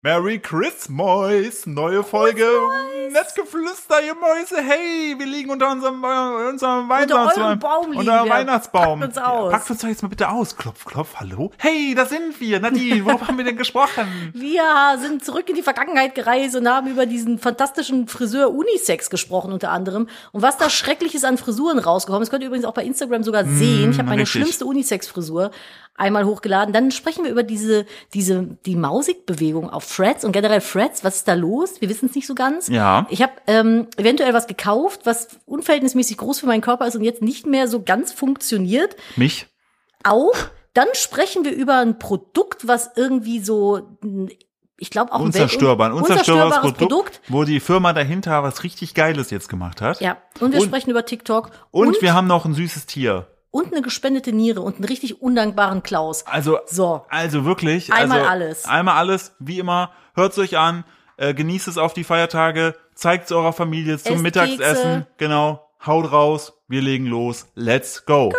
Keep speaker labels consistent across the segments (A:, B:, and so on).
A: Merry Christmas, neue Folge. Nettgeflüster, ihr Mäuse. Hey, wir liegen unter unserem Weihnachtsbaum. Unter Weihnachtsbaum.
B: Packt uns aus.
A: Packt uns doch jetzt mal bitte aus. Klopf, klopf, hallo. Hey, da sind wir. Nadine, worüber haben wir denn gesprochen?
B: Wir sind zurück in die Vergangenheit gereist und haben über diesen fantastischen Friseur Unisex gesprochen unter anderem. Und was da Schreckliches an Frisuren rausgekommen ist, könnt ihr übrigens auch bei Instagram sogar sehen. Ich habe meine schlimmste Unisex-Frisur einmal hochgeladen. Dann sprechen wir über die Mausigbewegung auf Threads und generell Threads. Was ist da los? Wir wissen es nicht so ganz.
A: Ja.
B: Ich habe eventuell was gekauft, was unverhältnismäßig groß für meinen Körper ist und jetzt nicht mehr so ganz funktioniert.
A: Mich?
B: Auch. Dann sprechen wir über ein Produkt, was irgendwie so, ich glaube auch ein
A: unzerstörbares Produkt, wo die Firma dahinter was richtig Geiles jetzt gemacht hat.
B: Ja. Und wir sprechen über TikTok.
A: Und wir haben noch ein süßes Tier.
B: Und eine gespendete Niere und einen richtig undankbaren Klaus.
A: Also wirklich.
B: Einmal alles.
A: Einmal alles, wie immer. Hört's euch an, genießt es auf die Feiertage, zeigt's eurer Familie zum
B: Esst
A: Mittagessen.
B: Kekse.
A: Genau, haut raus, wir legen los. Let's go.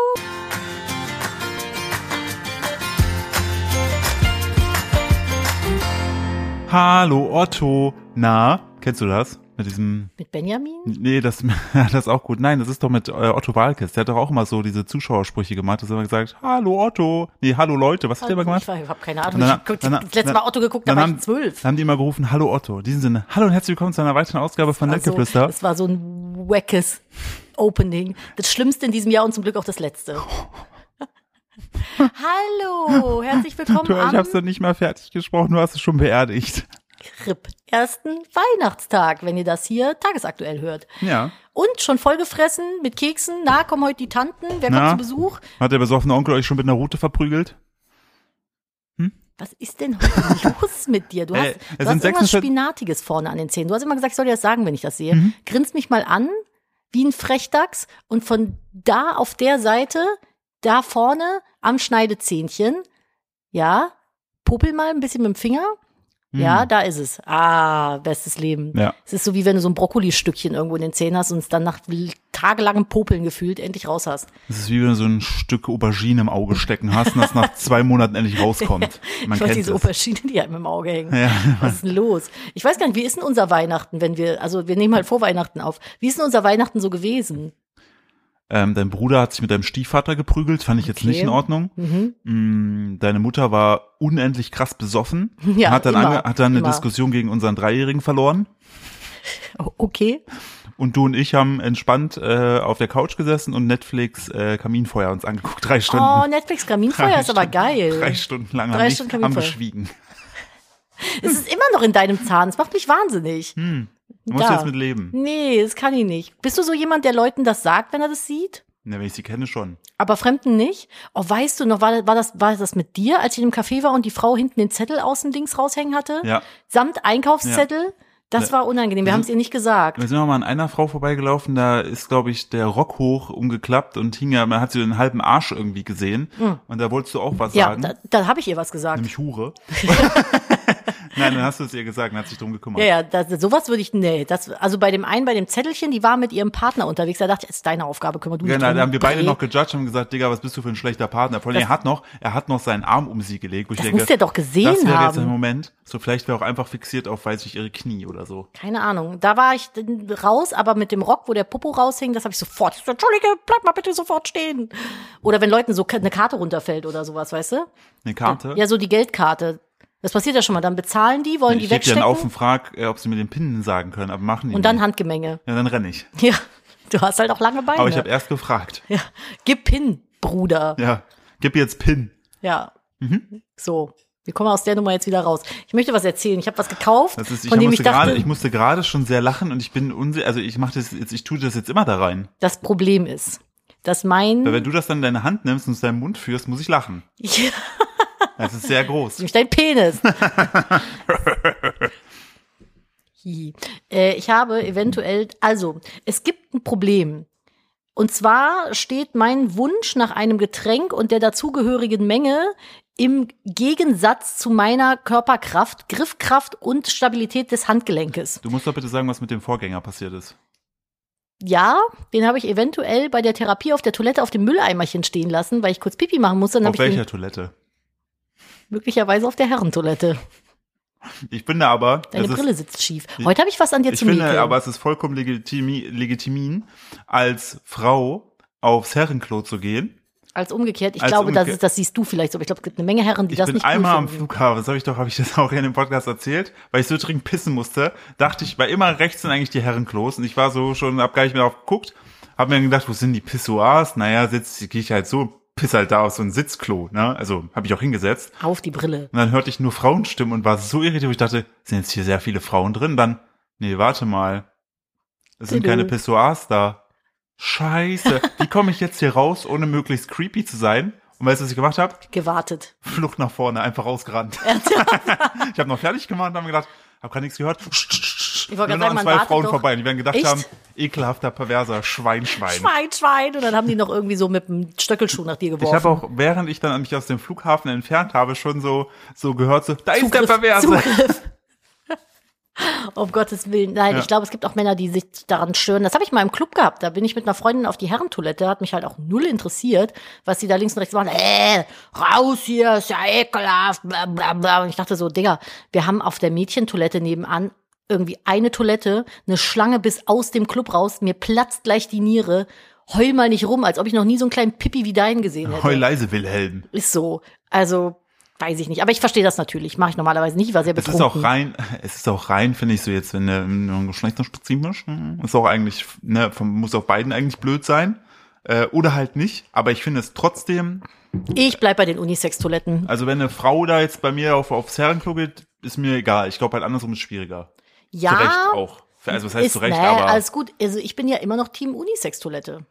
A: Hallo Otto. Na, kennst du das?
B: Mit Benjamin?
A: Nee, das ist auch gut. Nein, das ist doch mit Otto Walkes. Der hat doch auch immer so diese Zuschauersprüche gemacht. Das hat immer gesagt, hallo Otto. Nee, hallo Leute. Was hat der immer gemacht?
B: Ich habe keine Ahnung. Ich habe das letzte Mal Otto geguckt, da war ich 12.
A: Dann haben die immer gerufen, hallo Otto. In diesem Sinne, hallo und herzlich willkommen zu einer weiteren Ausgabe von Nettgeflüster.
B: Das war so ein wackes Opening. Das Schlimmste in diesem Jahr und zum Glück auch das letzte. Hallo, herzlich willkommen
A: Ich hab's doch nicht mal fertig gesprochen, du hast es schon beerdigt.
B: ersten Weihnachtstag, wenn ihr das hier tagesaktuell hört.
A: Ja.
B: Und schon vollgefressen mit Keksen. Na, kommen heute die Tanten. Wer kommt zu Besuch?
A: Hat der besoffene Onkel euch schon mit einer Rute verprügelt?
B: Was ist denn heute los mit dir? Du hast irgendwas Spinatiges vorne an den Zähnen. Du hast immer gesagt, ich soll dir das sagen, wenn ich das sehe. Grinst mich mal an, wie ein Frechdachs. Und von da auf der Seite, da vorne am Schneidezähnchen, ja, popel mal ein bisschen mit dem Finger. Ja, da ist es. Ah, bestes Leben.
A: Ja.
B: Es ist so, wie wenn du so ein Brokkolistückchen irgendwo in den Zähnen hast und es dann nach tagelangem Popeln gefühlt endlich raus hast.
A: Es ist wie wenn du so ein Stück Aubergine im Auge stecken hast und das nach 2 Monaten endlich rauskommt. Man kennt
B: diese Aubergine, die einem im Auge hängen.
A: Ja.
B: Was ist denn los? Ich weiß gar nicht, wie ist denn unser Weihnachten, wir nehmen halt vor Weihnachten auf. Wie ist denn unser Weihnachten so gewesen?
A: Dein Bruder hat sich mit deinem Stiefvater geprügelt, fand ich jetzt nicht in Ordnung. Deine Mutter war unendlich krass besoffen,
B: ja,
A: hat dann eine Diskussion gegen unseren 3-Jährigen verloren.
B: Okay.
A: Und du und ich haben entspannt auf der Couch gesessen und Netflix Kaminfeuer uns angeguckt, 3 Stunden.
B: Oh, Netflix Kaminfeuer ist aber geil.
A: 3 Stunden lang haben geschwiegen.
B: Es ist immer noch in deinem Zahn, es macht mich wahnsinnig.
A: Du musst jetzt mit leben.
B: Nee, das kann ich nicht. Bist du so jemand, der Leuten das sagt, wenn er das sieht?
A: Ne, wenn ich sie kenne, schon.
B: Aber Fremden nicht? Oh, weißt du noch, war das mit dir, als ich in einem Café war und die Frau hinten den Zettel aus dem Dings raushängen hatte?
A: Ja.
B: Samt Einkaufszettel? Ja. Das war unangenehm, wir haben es ihr nicht gesagt.
A: Wir sind noch mal an einer Frau vorbeigelaufen, da ist, glaube ich, der Rock hoch umgeklappt und man hat sie den halben Arsch irgendwie gesehen. Und da wolltest du auch was sagen.
B: Ja, da habe ich ihr was gesagt.
A: Nämlich Hure. Nein, dann hast du es ihr gesagt und hat sich drum gekümmert.
B: Ja, sowas würde ich, also bei dem Zettelchen, die war mit ihrem Partner unterwegs, da dachte ich, es ist deine Aufgabe, kümmere du dich drum.
A: Da haben wir beide noch gejudged und gesagt, Digga, was bist du für ein schlechter Partner? Vor allem, er hat noch seinen Arm um sie gelegt, wo ich denke,
B: muss der doch gesehen haben.
A: Das wäre jetzt ein Moment, so vielleicht wäre auch einfach fixiert auf, weiß ich, ihre Knie oder so.
B: Keine Ahnung, da war ich raus, aber mit dem Rock, wo der Popo raushing, das habe ich sofort, Entschuldige, bleib mal bitte sofort stehen. Oder wenn Leuten so eine Karte runterfällt oder sowas, weißt du?
A: Eine Karte?
B: Ja, so die Geldkarte. Das passiert ja schon mal. Dann bezahlen die, wollen die wegstecken.
A: Ich gebe dann auf und frag, ob sie mir den PIN sagen können, aber machen die
B: und dann nicht. Handgemenge.
A: Ja, dann renne ich.
B: Ja, du hast halt auch lange Beine.
A: Aber ich habe erst gefragt.
B: Ja, gib PIN, Bruder.
A: Ja, gib jetzt PIN.
B: Ja, So. Wir kommen aus der Nummer jetzt wieder raus. Ich möchte was erzählen. Ich habe was gekauft,
A: ich musste gerade schon sehr lachen und ich bin ich tue das jetzt immer da rein.
B: Das Problem ist, dass
A: Weil wenn du das dann in deine Hand nimmst und es deinem Mund führst, muss ich lachen.
B: Ja.
A: Das ist sehr groß.
B: Nämlich dein Penis. Ich habe eventuell, es gibt ein Problem. Und zwar steht mein Wunsch nach einem Getränk und der dazugehörigen Menge im Gegensatz zu meiner Körperkraft, Griffkraft und Stabilität des Handgelenkes.
A: Du musst doch bitte sagen, was mit dem Vorgänger passiert ist.
B: Ja, den habe ich eventuell bei der Therapie auf der Toilette auf dem Mülleimerchen stehen lassen, weil ich kurz Pipi machen musste.
A: Auf welcher Toilette?
B: Möglicherweise auf der Herrentoilette.
A: Ich finde aber...
B: Deine Brille sitzt schief. Heute habe ich was an dir zu mäkeln.
A: Ich finde aber, es ist vollkommen legitim, als Frau aufs Herrenklo zu gehen.
B: Als umgekehrt. Ich glaube, das siehst du vielleicht so. Aber ich glaube, es gibt eine Menge Herren, die das nicht cool finden.
A: Ich bin einmal am Flughafen, das habe ich das auch in dem Podcast erzählt, weil ich so dringend pissen musste, dachte ich, weil immer rechts sind eigentlich die Herrenklos und ich war so schon, hab gar nicht mehr drauf geguckt, hab mir gedacht, wo sind die Pissoirs? Naja, gehe ich halt so, piss halt da auf so ein Sitzklo, ne? Also, habe ich auch hingesetzt.
B: Auf die Brille.
A: Und dann hörte ich nur Frauenstimmen und war so irritiert, wo ich dachte, sind jetzt hier sehr viele Frauen drin? Dann, nee, warte mal. Es sind keine Pissoirs da. Scheiße. Wie komme ich jetzt hier raus, ohne möglichst creepy zu sein? Und weißt du, was ich gemacht habe?
B: Gewartet.
A: Flucht nach vorne, einfach rausgerannt. Ich habe noch fertig gemacht und habe mir gedacht, habe gerade nichts gehört.
B: Ich wollte gerade sagen,
A: zwei Frauen vorbei und die werden gedacht haben, ekelhafter, perverser Schwein.
B: Und dann haben die noch irgendwie so mit dem Stöckelschuh nach dir geworfen.
A: Ich habe auch, während ich dann mich aus dem Flughafen entfernt habe, schon so gehört, so, da ist der Perverse.
B: Zugriff. Um Gottes Willen. Nein, ja. Ich glaube, es gibt auch Männer, die sich daran stören. Das habe ich mal im Club gehabt. Da bin ich mit einer Freundin auf die Herrentoilette. Hat mich halt auch null interessiert, was die da links und rechts machen. Raus hier, ist ja ekelhaft, bla bla bla. Und ich dachte so, Digga, wir haben auf der Mädchentoilette nebenan irgendwie eine Toilette, eine Schlange bis aus dem Club raus. Mir platzt gleich die Niere. Heul mal nicht rum, als ob ich noch nie so einen kleinen Pippi wie deinen gesehen hätte.
A: Heul leise, Wilhelm.
B: Ist so. Also... Weiß ich nicht, aber ich verstehe das natürlich. Mache ich normalerweise nicht, war sehr betrunken.
A: Es ist auch rein, finde ich so jetzt, wenn du geschlechtsspezifisch, ist auch eigentlich, ne, muss auf beiden eigentlich blöd sein. Oder halt nicht, aber ich finde es trotzdem.
B: Ich bleib bei den Unisex-Toiletten.
A: Also wenn eine Frau da jetzt bei mir aufs Herrenklo geht, ist mir egal. Ich glaube halt andersrum ist schwieriger.
B: Ja.
A: Zu Recht auch. Also was heißt zu Recht, aber.
B: Alles gut. Also ich bin ja immer noch Team Unisex-Toilette.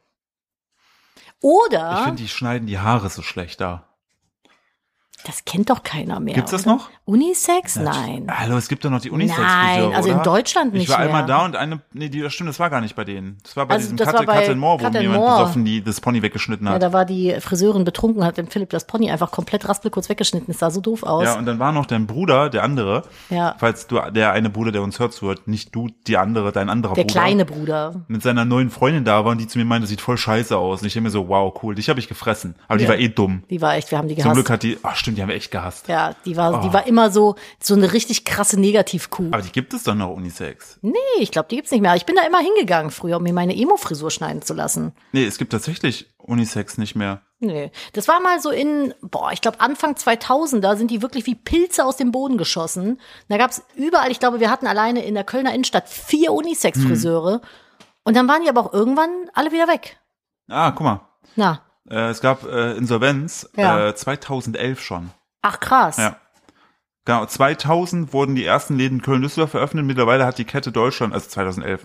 B: Oder.
A: Ich finde, die schneiden die Haare so schlecht da.
B: Das kennt doch keiner mehr.
A: Gibt's das noch?
B: Unisex? Nein.
A: Hallo, es gibt doch noch die Unisex-Friseure,
B: Nein, also
A: oder?
B: in Deutschland nicht mehr.
A: Ich war einmal da und das stimmt, das war gar nicht bei denen. Das war bei diesem
B: Cut
A: and More, wo jemand besoffen das Pony weggeschnitten hat.
B: Ja, da war die Friseurin betrunken, hat dem Philipp das Pony einfach komplett raspelkurz weggeschnitten. Das sah so doof aus.
A: Ja, und dann war noch dein Bruder, der andere.
B: Ja.
A: Falls der eine Bruder, der uns hört, zuhört, nicht du, dein anderer Bruder.
B: Der kleine Bruder.
A: Mit seiner neuen Freundin da war und die zu mir meinte, das sieht voll scheiße aus. Und ich denke mir so, wow, cool, dich habe ich gefressen. Aber die war dumm.
B: Die war echt, wir haben die gehasst.
A: Zum Glück hat die, stimmt, die haben wir echt gehasst.
B: Ja, die war immer so eine richtig krasse Negativkuh.
A: Aber die gibt es doch noch, Unisex.
B: Nee, ich glaube, die gibt's nicht mehr. Ich bin da immer hingegangen früher, um mir meine Emo-Frisur schneiden zu lassen.
A: Nee, es gibt tatsächlich Unisex nicht mehr.
B: Nee, das war mal so ich glaube Anfang 2000er sind die wirklich wie Pilze aus dem Boden geschossen. Da gab's überall, ich glaube, wir hatten alleine in der Kölner Innenstadt 4 Unisex-Friseure. Und dann waren die aber auch irgendwann alle wieder weg.
A: Ah, guck mal.
B: Na.
A: Es gab Insolvenz 2011 schon.
B: Ach, krass.
A: Ja. Genau, 2000 wurden die ersten Läden Köln-Düsseldorf eröffnet. Mittlerweile hat die Kette Deutschland, also 2011,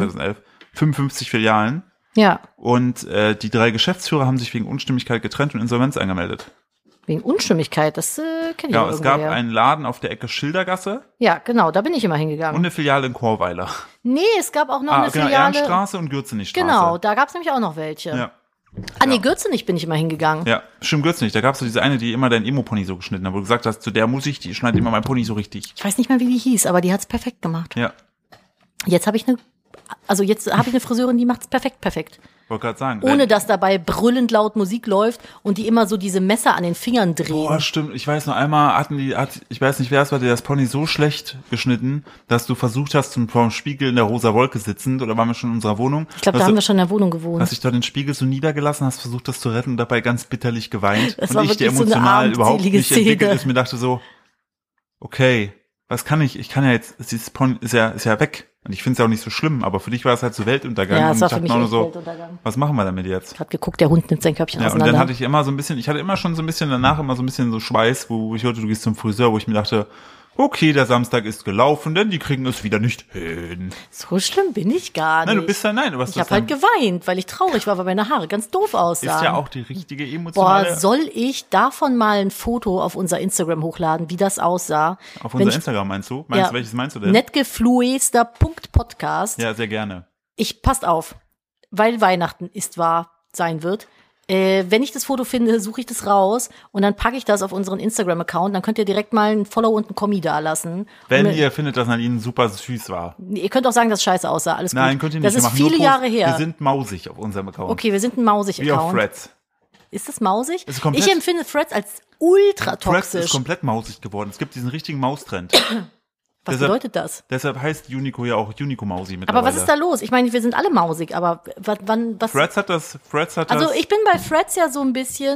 A: 55 Filialen.
B: Ja.
A: Und die 3 Geschäftsführer haben sich wegen Unstimmigkeit getrennt und Insolvenz angemeldet.
B: Wegen Unstimmigkeit, das kenne ich
A: ja. Es gab einen Laden auf der Ecke Schildergasse.
B: Ja, genau, da bin ich immer hingegangen.
A: Und eine Filiale in Chorweiler.
B: Nee, es gab auch noch eine Filiale.
A: Ehrenstraße und Gürzenich-Straße.
B: Genau, da gab es nämlich auch noch welche.
A: Ja.
B: Gürzenich bin ich immer hingegangen.
A: Ja, stimmt, Gürzenich. Da gab es so diese eine, die immer dein Emo-Pony so geschnitten hat, wo du gesagt hast, zu der muss ich, die schneidet immer mein Pony so richtig.
B: Ich weiß nicht mehr, wie die hieß, aber die hat's perfekt gemacht.
A: Ja.
B: Jetzt habe ich eine Friseurin, die macht's perfekt.
A: Wollte gerade sagen.
B: Ohne dass dabei brüllend laut Musik läuft und die immer so diese Messer an den Fingern drehen.
A: Boah, stimmt. Ich weiß noch einmal ich weiß nicht, wer es war, der das Pony so schlecht geschnitten, dass du versucht hast, vom Spiegel in der rosa Wolke sitzend, oder waren wir schon in unserer Wohnung?
B: Ich glaube, da haben wir schon in der Wohnung gewohnt.
A: Hast dich dort den Spiegel so niedergelassen, hast versucht, das zu retten und dabei ganz bitterlich geweint.
B: Das
A: und
B: war
A: ich, der
B: wirklich
A: emotional
B: so
A: überhaupt nicht
B: Szene.
A: entwickelt ist, mir dachte so, okay, was kann ich? Ich kann ja jetzt, dieses Pony ist ja weg. Und ich finde es ja auch nicht so schlimm, aber für dich war es halt so Weltuntergang.
B: Ja, es war
A: und ich
B: für mich
A: nur so,
B: Weltuntergang.
A: Was machen wir damit jetzt?
B: Ich hab geguckt, der Hund nimmt sein Köpfchen auseinander.
A: Und dann hatte ich immer schon so ein bisschen danach immer so ein bisschen so Schweiß, wo ich hörte, du gehst zum Friseur, wo ich mir dachte, okay, der Samstag ist gelaufen, denn die kriegen es wieder nicht hin.
B: So schlimm bin ich gar nicht.
A: Nein, du bist ja, nein.
B: Ich habe halt geweint, weil ich traurig war, weil meine Haare ganz doof aussahen.
A: Ist ja auch die richtige emotionale...
B: Boah, soll ich davon mal ein Foto auf unser Instagram hochladen, wie das aussah?
A: Auf unser Instagram meinst du? Welches meinst du denn?
B: Netgefluester.podcast.
A: Ja, sehr gerne.
B: Passt auf, weil Weihnachten sein wird. Wenn ich das Foto finde, suche ich das raus und dann packe ich das auf unseren Instagram-Account. Dann könnt ihr direkt mal ein Follow und ein Kommi da lassen.
A: Wenn ihr findet, dass Nadine super süß war.
B: Ihr könnt auch sagen, dass scheiße aussah. Alles gut.
A: Nein, könnt ihr nicht.
B: Das ist viele Jahre her.
A: Wir sind mausig auf unserem Account.
B: Okay, wir sind ein Mausig-Account.
A: Wie auf Threads.
B: Ist das mausig?
A: Ich
B: empfinde Threads als ultra toxisch.
A: Threads ist komplett mausig geworden. Es gibt diesen richtigen Maustrend.
B: Was bedeutet das?
A: Deshalb heißt Unico ja auch Unico Mausi mittlerweile.
B: Aber was ist da los? Ich meine, wir sind alle mausig, aber was?
A: Threads hat das.
B: Also ich bin bei Threads ja so ein bisschen,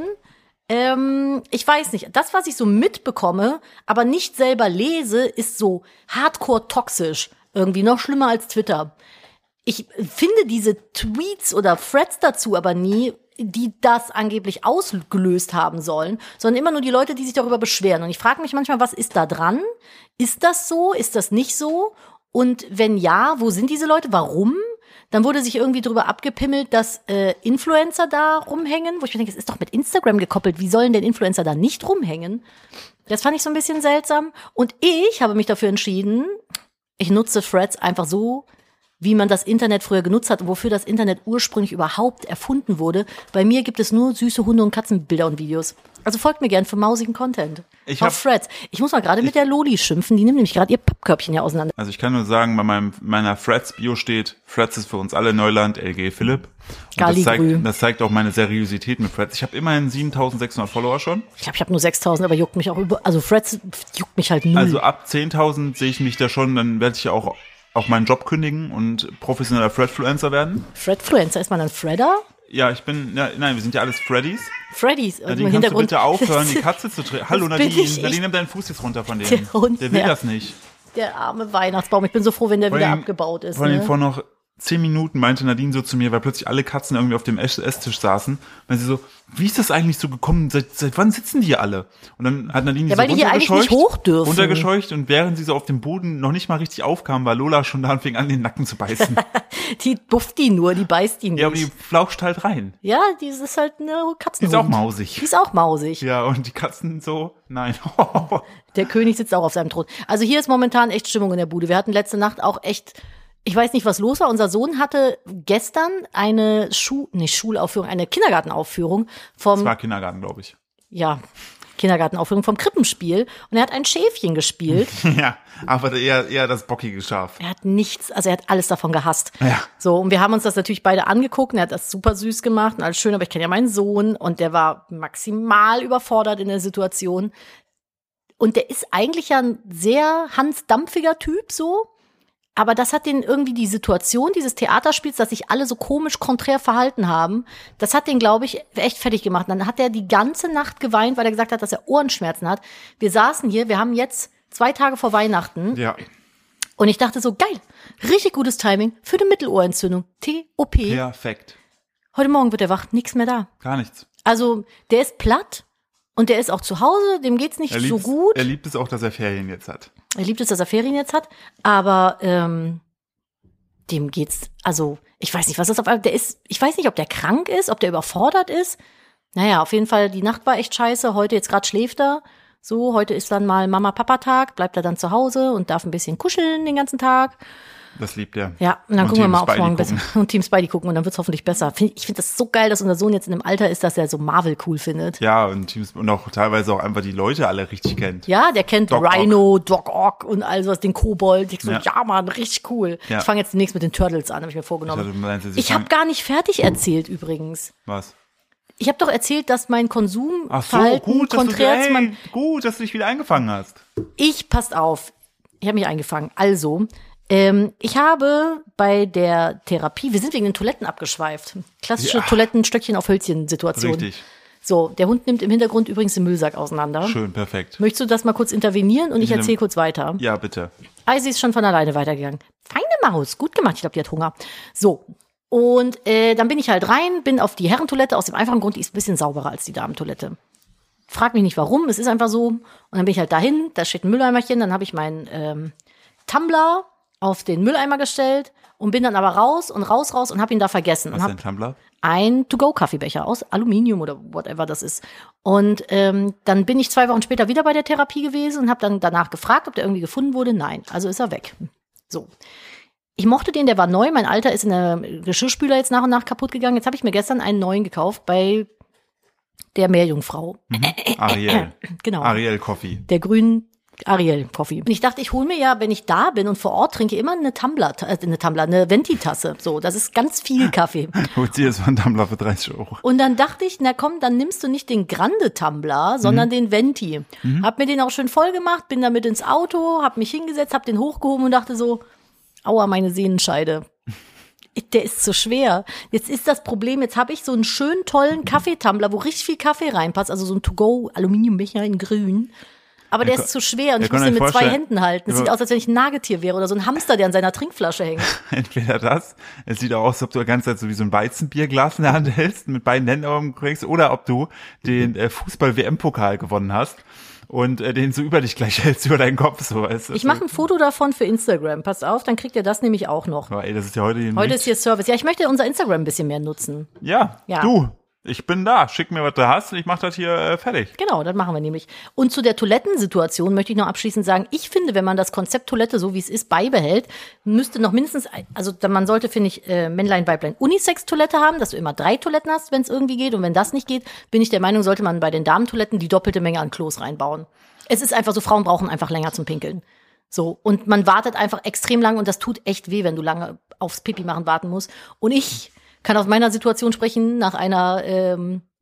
B: ich weiß nicht, das, was ich so mitbekomme, aber nicht selber lese, ist so hardcore toxisch. Irgendwie noch schlimmer als Twitter. Ich finde diese Tweets oder Threads dazu aber nie, die das angeblich ausgelöst haben sollen, sondern immer nur die Leute, die sich darüber beschweren. Und ich frage mich manchmal, was ist da dran? Ist das so? Ist das nicht so? Und wenn ja, wo sind diese Leute? Warum? Dann wurde sich irgendwie drüber abgepimmelt, dass Influencer da rumhängen, wo ich mir denke, es ist doch mit Instagram gekoppelt. Wie sollen denn Influencer da nicht rumhängen? Das fand ich so ein bisschen seltsam. Und ich habe mich dafür entschieden, ich nutze Threads einfach so, wie man das Internet früher genutzt hat und wofür das Internet ursprünglich überhaupt erfunden wurde. Bei mir gibt es nur süße Hunde- und Katzenbilder und Videos. Also folgt mir gern für mausigen Content. Auf Threads. Ich muss mal gerade mit der Loli schimpfen, die nimmt nämlich gerade ihr Pappkörbchen hier auseinander.
A: Also ich kann nur sagen, bei meiner Threads-Bio steht, Threads ist für uns alle Neuland, LG Philipp. Und das zeigt auch meine Seriosität mit Threads. Ich habe immerhin 7.600 Follower schon.
B: Ich glaube, ich habe nur 6.000, aber juckt mich auch also Threads juckt mich halt null.
A: Also ab 10.000 sehe ich mich da schon, dann werde ich ja auch meinen Job kündigen und professioneller Threadfluencer werden.
B: Threadfluencer, ist man ein Threader?
A: Ja, nein, wir sind ja alles Freddys.
B: Freddys,
A: Nadine, kannst du bitte aufhören, die Katze zu drehen? Hallo Nadine, Nadine, nimm deinen Fuß jetzt runter von dem. Der will das nicht.
B: Der arme Weihnachtsbaum, ich bin so froh, wenn der wieder abgebaut ist.
A: Vor allem vor noch 10 Minuten meinte Nadine so zu mir, weil plötzlich alle Katzen irgendwie auf dem Esstisch saßen. Weil sie so, wie ist das eigentlich so gekommen? Seit wann sitzen die hier alle? Und dann hat Nadine
B: weil die hier eigentlich nicht hoch dürfen.
A: Runtergescheucht und während sie so auf dem Boden noch nicht mal richtig aufkam, war Lola schon da und fing an, den Nacken zu beißen.
B: Die bufft die nur, die beißt die nicht.
A: Ja, aber die flaucht halt rein.
B: Ja, die ist halt eine Katzenhund.
A: Die ist auch mausig.
B: Die ist auch mausig.
A: Ja, und die Katzen so, nein.
B: Der König sitzt auch auf seinem Thron. Also hier ist momentan echt Stimmung in der Bude. Wir hatten letzte Nacht auch echt, ich weiß nicht, was los war. Unser Sohn hatte gestern eine eine Kindergartenaufführung vom.
A: Das war Kindergarten, glaube ich.
B: Ja, Kindergartenaufführung vom Krippenspiel. Und er hat ein Schäfchen gespielt.
A: Ja, aber eher das bockige Schaf.
B: Er hat nichts, also er hat alles davon gehasst.
A: Ja.
B: So, und wir haben uns das natürlich beide angeguckt. Und er hat das super süß gemacht und alles schön. Aber ich kenne ja meinen Sohn und der war maximal überfordert in der Situation. Und der ist eigentlich ja ein sehr hansdampfiger Typ so. Aber das hat den irgendwie die Situation dieses Theaterspiels, dass sich alle so komisch konträr verhalten haben, das hat den, glaube ich, echt fertig gemacht. Und dann hat er die ganze Nacht geweint, weil er gesagt hat, dass er Ohrenschmerzen hat. Wir saßen hier, wir haben jetzt 2 Tage vor Weihnachten.
A: Ja.
B: Und ich dachte so, geil, richtig gutes Timing für eine Mittelohrentzündung. TOP.
A: Perfekt.
B: Heute Morgen wird er wach, nichts mehr da.
A: Gar nichts.
B: Also, der ist platt. Und der ist auch zu Hause, dem geht's nicht so gut.
A: Er liebt es auch, dass er Ferien jetzt hat.
B: Aber dem geht's, also ich weiß nicht, was das ich weiß nicht, ob der krank ist, ob der überfordert ist. Naja, auf jeden Fall, die Nacht war echt scheiße, heute jetzt gerade schläft er. So, heute ist dann mal Mama-Papa-Tag, bleibt er dann zu Hause und darf ein bisschen kuscheln den ganzen Tag.
A: Das liebt er.
B: Ja, und dann gucken wir mal, ob es morgen besser und Team Spidey gucken und dann wird's hoffentlich besser. Ich finde das so geil, dass unser Sohn jetzt in einem Alter ist, dass er so Marvel cool findet.
A: Ja, und auch teilweise auch einfach die Leute alle richtig kennt.
B: Ja, der kennt Doc Rhino, Doc Ock und all sowas, den Kobold. Ich so, ja Mann, richtig cool. Ja. Ich fange jetzt demnächst mit den Turtles an, habe ich mir vorgenommen. Ich habe gar nicht fertig erzählt übrigens.
A: Was?
B: Ich habe doch erzählt, dass mein Konsumverhalten konträr zu meinem...
A: Gut, dass du dich wieder eingefangen hast.
B: Passt auf, ich habe mich eingefangen. Also... ich habe bei der Therapie, wir sind wegen den Toiletten abgeschweift. Klassische Toilettenstöckchen auf Hölzchen-Situation.
A: Richtig.
B: So, der Hund nimmt im Hintergrund übrigens den Müllsack auseinander.
A: Schön, perfekt.
B: Möchtest du das mal kurz intervenieren und ich erzähle kurz weiter?
A: Ja, bitte.
B: Sie ist schon von alleine weitergegangen. Feine Maus, gut gemacht, ich glaube, die hat Hunger. So, und dann bin ich halt rein, bin auf die Herrentoilette, aus dem einfachen Grund, die ist ein bisschen sauberer als die Damentoilette. Frag mich nicht warum, es ist einfach so. Und dann bin ich halt dahin, da steht ein Mülleimerchen, dann habe ich meinen Tumbler auf den Mülleimer gestellt und bin dann aber raus und habe ihn da vergessen.
A: Was ist ein Tumbler?
B: Ein To-Go-Kaffeebecher aus Aluminium oder whatever das ist. Und dann bin ich 2 Wochen später wieder bei der Therapie gewesen und habe dann danach gefragt, ob der irgendwie gefunden wurde. Nein, also ist er weg. So. Ich mochte den, der war neu. Mein alter ist in der Geschirrspüler jetzt nach und nach kaputt gegangen. Jetzt habe ich mir gestern einen neuen gekauft bei der Meerjungfrau.
A: Ariel.
B: Genau.
A: Ariel Coffee.
B: Der grünen Ariel Coffee. Und ich dachte, ich hole mir ja, wenn ich da bin und vor Ort trinke, immer eine Venti-Tasse. So, das ist ganz viel Kaffee.
A: Holt sie jetzt mal einen Tumbler für 30 €.
B: Und dann dachte ich, na komm, dann nimmst du nicht den Grande Tumbler, sondern den Venti. Hab mir den auch schön voll gemacht, bin damit ins Auto, hab mich hingesetzt, hab den hochgehoben und dachte so, aua, meine Sehnenscheide. Der ist zu schwer. Jetzt ist das Problem, jetzt habe ich so einen schönen, tollen Kaffeetumbler, wo richtig viel Kaffee reinpasst, also so ein To-Go-Aluminiumbecher in grün. Aber der ist zu schwer und ich muss den mit 2 Händen halten. Es sieht aus, als wenn ich ein Nagetier wäre oder so ein Hamster, der an seiner Trinkflasche hängt.
A: Entweder das, es sieht auch aus, als ob du die ganze Zeit so wie so ein Weizenbierglas in der Hand hältst, mit beiden Händen umkriegst, oder ob du den Fußball-WM-Pokal gewonnen hast. Und den so über dich gleich hältst, über deinen Kopf. So, weißt du?
B: Ich mache ein Foto davon für Instagram. Passt auf, dann kriegt ihr das nämlich auch noch.
A: Aber ey, das ist ja heute
B: ist hier Service. Ja, ich möchte unser Instagram ein bisschen mehr nutzen.
A: Ja. Du, ich bin da. Schick mir, was du hast und ich mache das hier fertig.
B: Genau, das machen wir nämlich. Und zu der Toilettensituation möchte ich noch abschließend sagen, ich finde, wenn man das Konzept Toilette, so wie es ist, beibehält, müsste noch mindestens, also man sollte, finde ich, Männlein, Weiblein Unisex-Toilette haben, dass du immer 3 Toiletten hast, wenn es irgendwie geht. Und wenn das nicht geht, bin ich der Meinung, sollte man bei den Damentoiletten die doppelte Menge an Klos reinbauen. Es ist einfach so, Frauen brauchen einfach länger zum Pinkeln. So, und man wartet einfach extrem lang und das tut echt weh, wenn du lange aufs Pipi machen warten musst. Und ich kann aus meiner Situation sprechen, nach einer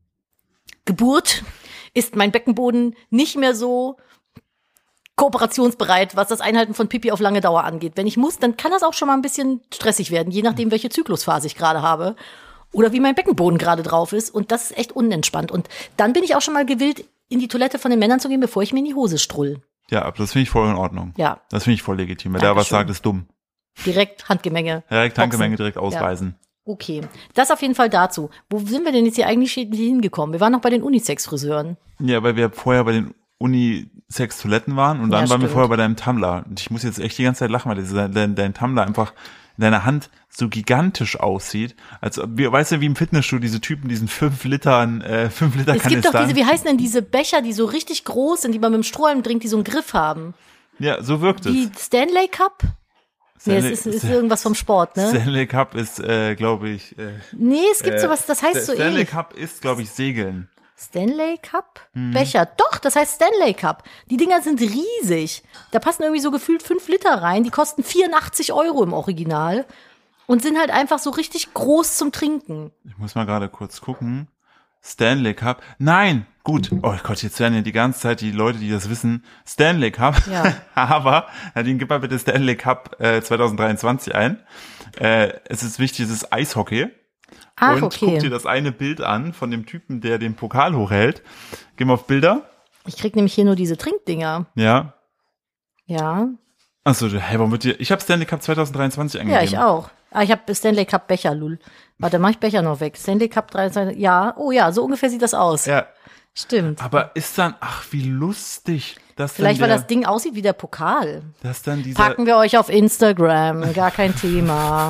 B: Geburt ist mein Beckenboden nicht mehr so kooperationsbereit, was das Einhalten von Pipi auf lange Dauer angeht. Wenn ich muss, dann kann das auch schon mal ein bisschen stressig werden, je nachdem, welche Zyklusphase ich gerade habe oder wie mein Beckenboden gerade drauf ist. Und das ist echt unentspannt. Und dann bin ich auch schon mal gewillt, in die Toilette von den Männern zu gehen, bevor ich mir in die Hose strull.
A: Ja, aber das finde ich voll in Ordnung.
B: Ja.
A: Das finde ich voll legitim. Wer da was sagt, ist dumm.
B: Direkt Handgemenge.
A: Direkt Handgemenge, direkt ausweisen.
B: Ja. Okay, das auf jeden Fall dazu. Wo sind wir denn jetzt hier eigentlich hingekommen? Wir waren noch bei den Unisex-Friseuren.
A: Ja, weil wir vorher bei den Unisex-Toiletten waren und dann waren wir vorher bei deinem Tumbler. Und ich muss jetzt echt die ganze Zeit lachen, weil dein Tumbler einfach in deiner Hand so gigantisch aussieht, als weißt du, wie im Fitnessstudio diese Typen, diesen 5 Liter Kanistern.
B: Es gibt doch diese, wie heißen denn diese Becher, die so richtig groß sind, die man mit dem Strohhalm trinkt, die so einen Griff haben.
A: Ja, so wirkt es.
B: Die Stanley Cup? Nee, es ist irgendwas vom Sport, ne?
A: Stanley Cup ist, glaube ich.
B: Nee, es gibt sowas, das heißt so ähnlich.
A: Stanley Cup ist, glaube ich, Segeln.
B: Stanley Cup? Becher. Doch, das heißt Stanley Cup. Die Dinger sind riesig. Da passen irgendwie so gefühlt 5 Liter rein. Die kosten 84 € im Original und sind halt einfach so richtig groß zum Trinken.
A: Ich muss mal gerade kurz gucken. Stanley Cup. Nein, gut. Oh Gott, jetzt werden ja die ganze Zeit die Leute, die das wissen, Stanley Cup.
B: Ja.
A: Aber, Nadine, gib mal bitte Stanley Cup 2023 ein. Es ist wichtig, es ist Eishockey.
B: Ach,
A: und
B: okay.
A: guck dir das eine Bild an von dem Typen, der den Pokal hochhält. Geh mal auf Bilder.
B: Ich krieg nämlich hier nur diese Trinkdinger.
A: Ja.
B: Ja.
A: Achso, hey, warum wird dir? Ich habe Stanley Cup 2023 angegeben.
B: Ja, ich auch. Ich habe Stanley Cup Becher, lul. Warte, mach ich Becher noch weg. Stanley Cup 23, ja. Oh ja, so ungefähr sieht das aus.
A: Ja.
B: Stimmt.
A: Aber ist dann, ach, wie lustig. Dass
B: vielleicht, weil das Ding aussieht wie der Pokal.
A: Dass dann dieser
B: Packen wir euch auf Instagram. Gar kein Thema.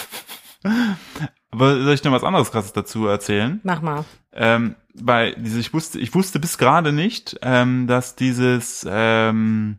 A: Aber soll ich noch was anderes Krasses dazu erzählen?
B: Mach mal.
A: Weil ich wusste bis gerade nicht, dass dieser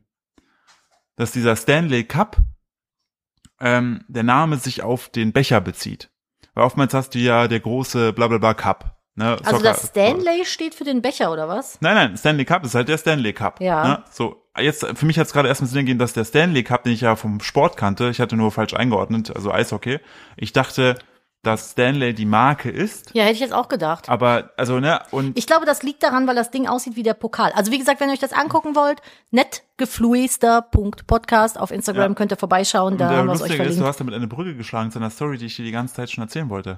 A: Stanley Cup, der Name sich auf den Becher bezieht. Weil oftmals hast du ja der große Blablabla Cup. Ne?
B: Also
A: Soccer,
B: das Stanley steht für den Becher, oder was?
A: Nein, Stanley Cup ist halt der Stanley Cup.
B: Ja.
A: Ne? So, jetzt, für mich hat es gerade erstmal Sinn gegeben, dass der Stanley Cup, den ich ja vom Sport kannte, ich hatte nur falsch eingeordnet, also Eishockey. Ich dachte, dass Stanley die Marke ist.
B: Ja, hätte ich jetzt auch gedacht.
A: Aber, also, ne, und.
B: Ich glaube, das liegt daran, weil das Ding aussieht wie der Pokal. Also, wie gesagt, wenn ihr euch das angucken wollt, netgefluester.podcast auf Instagram könnt ihr vorbeischauen, da haben wir es euch verlinkt.
A: Du hast damit eine Brücke geschlagen zu einer Story, die ich dir die ganze Zeit schon erzählen wollte.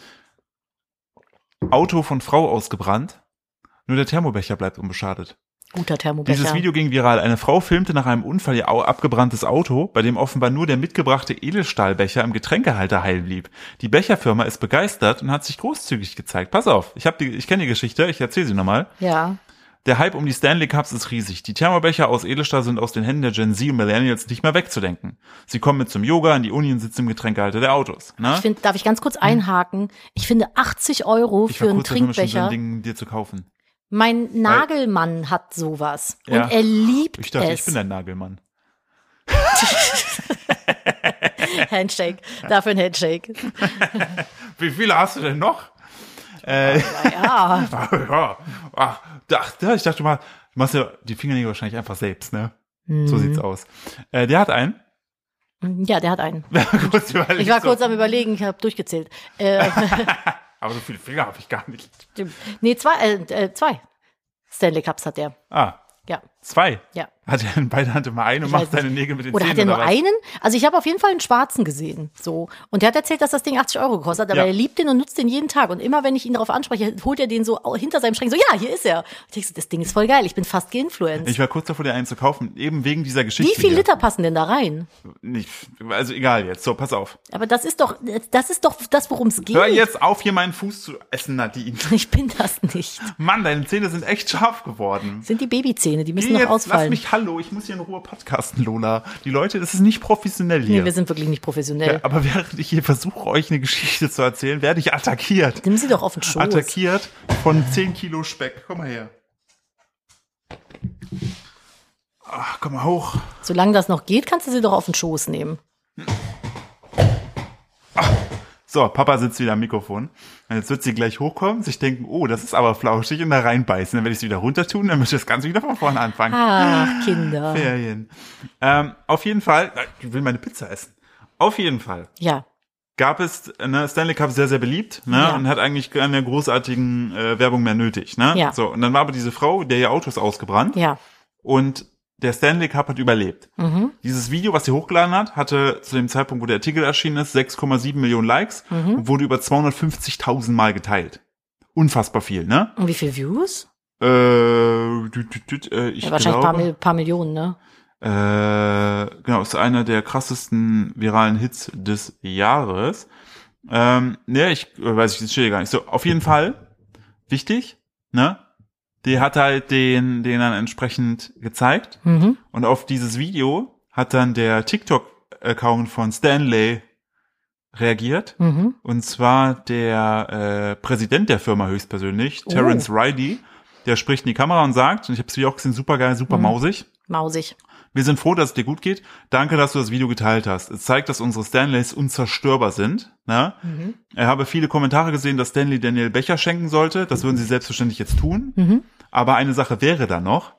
A: Auto von Frau ausgebrannt, nur der Thermobecher bleibt unbeschadet.
B: Guter Thermobecher.
A: Dieses Video ging viral. Eine Frau filmte nach einem Unfall ihr abgebranntes Auto, bei dem offenbar nur der mitgebrachte Edelstahlbecher im Getränkehalter heil blieb. Die Becherfirma ist begeistert und hat sich großzügig gezeigt. Pass auf, ich kenne die Geschichte, ich erzähle sie nochmal.
B: Ja.
A: Der Hype um die Stanley Cups ist riesig. Die Thermobecher aus Edelstahl sind aus den Händen der Gen Z und Millennials nicht mehr wegzudenken. Sie kommen mit zum Yoga, in die Uni und sitzen im Getränkehalter der Autos. Ne?
B: Darf ich ganz kurz einhaken? Ich finde 80 € für einen Trinkbecher.
A: So ein Ding dir zu kaufen.
B: Mein Nagelmann hat sowas. Ja. Und er liebt
A: ich dachte,
B: es.
A: Ich bin dein Nagelmann.
B: Handshake. Dafür ein Handshake.
A: Wie viele hast du denn noch?
B: Ja.
A: Ja. Ich dachte mal, du machst ja die Fingernägel wahrscheinlich einfach selbst, ne? So sieht's aus. Der hat einen.
B: Ja, der hat einen.
A: Ich
B: war kurz am Überlegen, ich habe durchgezählt.
A: Aber so viele Finger habe ich gar nicht.
B: Nee, zwei. Stanley Cups hat der. Ja.
A: 2?
B: Ja.
A: Hat er in beide Hand immer einen und macht seine Nägel mit den
B: Zähnen? Oder hat er nur einen? Also ich habe auf jeden Fall einen schwarzen gesehen. So. Und der hat erzählt, dass das Ding 80 € gekostet hat, aber er liebt den und nutzt den jeden Tag. Und immer, wenn ich ihn darauf anspreche, holt er den so hinter seinem Schrank, so, ja, hier ist er. Ich denke so, das Ding ist voll geil, ich bin fast geinfluenced.
A: Ich war kurz davor, dir einen zu kaufen, eben wegen dieser Geschichte.
B: Wie viel Liter passen denn da rein?
A: Nicht, also egal jetzt, so, pass auf.
B: Aber das ist doch das, worum es geht.
A: Hör jetzt auf, hier meinen Fuß zu essen, Nadine.
B: Ich bin das nicht.
A: Mann, deine Zähne sind echt scharf geworden.
B: Sind die Babyzähne, die müssen noch ausfallen.
A: Lass mich, hallo, ich muss hier in Ruhe podcasten, Lola. Die Leute, das ist nicht professionell hier.
B: Nee, wir sind wirklich nicht professionell.
A: Ja, aber während ich hier versuche, euch eine Geschichte zu erzählen, werde ich attackiert.
B: Nimm sie doch auf den Schoß.
A: Attackiert von 10 Kilo Speck. Komm mal her. Ach, komm mal hoch.
B: Solange das noch geht, kannst du sie doch auf den Schoß nehmen.
A: So, Papa sitzt wieder am Mikrofon. Und jetzt wird sie gleich hochkommen, sich denken, oh, das ist aber flauschig und da reinbeißen. Dann werde ich es wieder runter tun, dann wird das Ganze wieder von vorne anfangen.
B: Ach, Kinder.
A: Ferien. Auf jeden Fall, ich will meine Pizza essen. Auf jeden Fall.
B: Ja.
A: Gab es, Stanley Cup sehr, sehr beliebt, und hat eigentlich keine großartigen Werbung mehr nötig,
B: Ja.
A: So, und dann war aber diese Frau, der ihr Auto ist ausgebrannt.
B: Ja.
A: Und der Stanley Cup hat überlebt. Dieses Video, was sie hochgeladen hat, hatte zu dem Zeitpunkt, wo der Artikel erschienen ist, 6,7 Millionen Likes und wurde über 250.000 Mal geteilt. Unfassbar viel, ne?
B: Und wie viel Views?
A: Ich
B: wahrscheinlich
A: glaube,
B: paar Millionen, ne?
A: genau, ist einer der krassesten viralen Hits des Jahres. Ich weiß ich, das steht hier gar nicht. So, auf jeden Fall wichtig, ne? Die hat halt den dann entsprechend gezeigt. Und auf dieses Video hat dann der TikTok-Account von Stanley reagiert. Und zwar der Präsident der Firma höchstpersönlich, Terence Riley. Der spricht in die Kamera und sagt, und ich habe das Video auch gesehen, super geil, super mausig.
B: Mausig.
A: Wir sind froh, dass es dir gut geht. Danke, dass du das Video geteilt hast. Es zeigt, dass unsere Stanleys unzerstörbar sind. Ne? Er habe viele Kommentare gesehen, dass Stanley Daniel Becher schenken sollte. Das würden sie selbstverständlich jetzt tun. Aber eine Sache wäre da noch.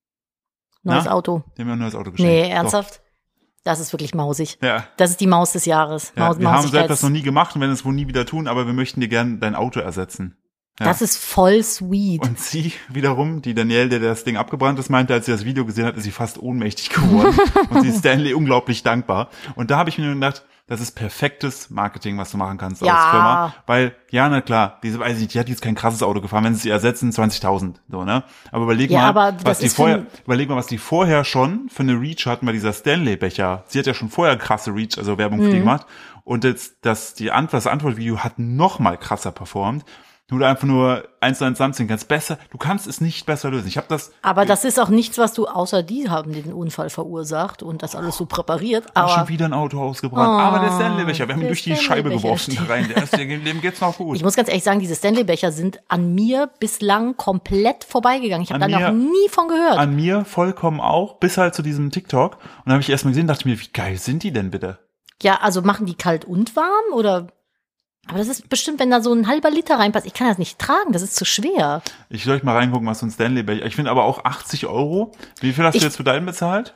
B: Neues Auto.
A: Die haben ja ein neues Auto geschenkt.
B: Nee, ernsthaft? Doch. Das ist wirklich mausig.
A: Ja.
B: Das ist die Maus des Jahres.
A: Ja, wir haben so etwas noch nie gemacht und werden es wohl nie wieder tun, aber wir möchten dir gerne dein Auto ersetzen. Ja.
B: Das ist voll sweet.
A: Und sie wiederum, die Danielle, der das Ding abgebrannt ist, meinte, als sie das Video gesehen hat, ist sie fast ohnmächtig geworden. Und sie ist Stanley unglaublich dankbar. Und da habe ich mir nur gedacht, das ist perfektes Marketing, was du machen kannst als Firma. Weil, ja, na klar, die hat jetzt kein krasses Auto gefahren, wenn sie ersetzen, 20.000, so, ne? Aber überleg mal, was die vorher schon für eine Reach hatten bei dieser Stanley-Becher. Sie hat ja schon vorher krasse Reach, also Werbung für die gemacht. Und jetzt, das Antwortvideo hat noch mal krasser performt. Du einfach nur 1:1 zusammenziehen kannst. Du kannst es nicht besser lösen.
B: Aber das ist auch nichts, was du, außer die haben den Unfall verursacht und das alles so präpariert. Aber
A: schon wieder ein Auto ausgebrannt. Aber der Stanley-Becher, wir haben ihn durch die Scheibe geworfen da rein. Dem geht's noch gut.
B: Ich muss ganz ehrlich sagen, diese Stanley-Becher sind an mir bislang komplett vorbeigegangen. Ich habe da noch nie von gehört.
A: An mir vollkommen auch, bis halt zu diesem TikTok. Und dann habe ich erst mal gesehen, dachte ich mir, wie geil sind die denn bitte?
B: Ja, also machen die kalt und warm oder? Aber das ist bestimmt, wenn da so ein halber Liter reinpasst. Ich kann das nicht tragen, das ist zu schwer.
A: Ich soll mal reingucken, was so ein Stanley-Becher. Ich finde aber auch 80 €. Wie viel hast du jetzt für deinen bezahlt?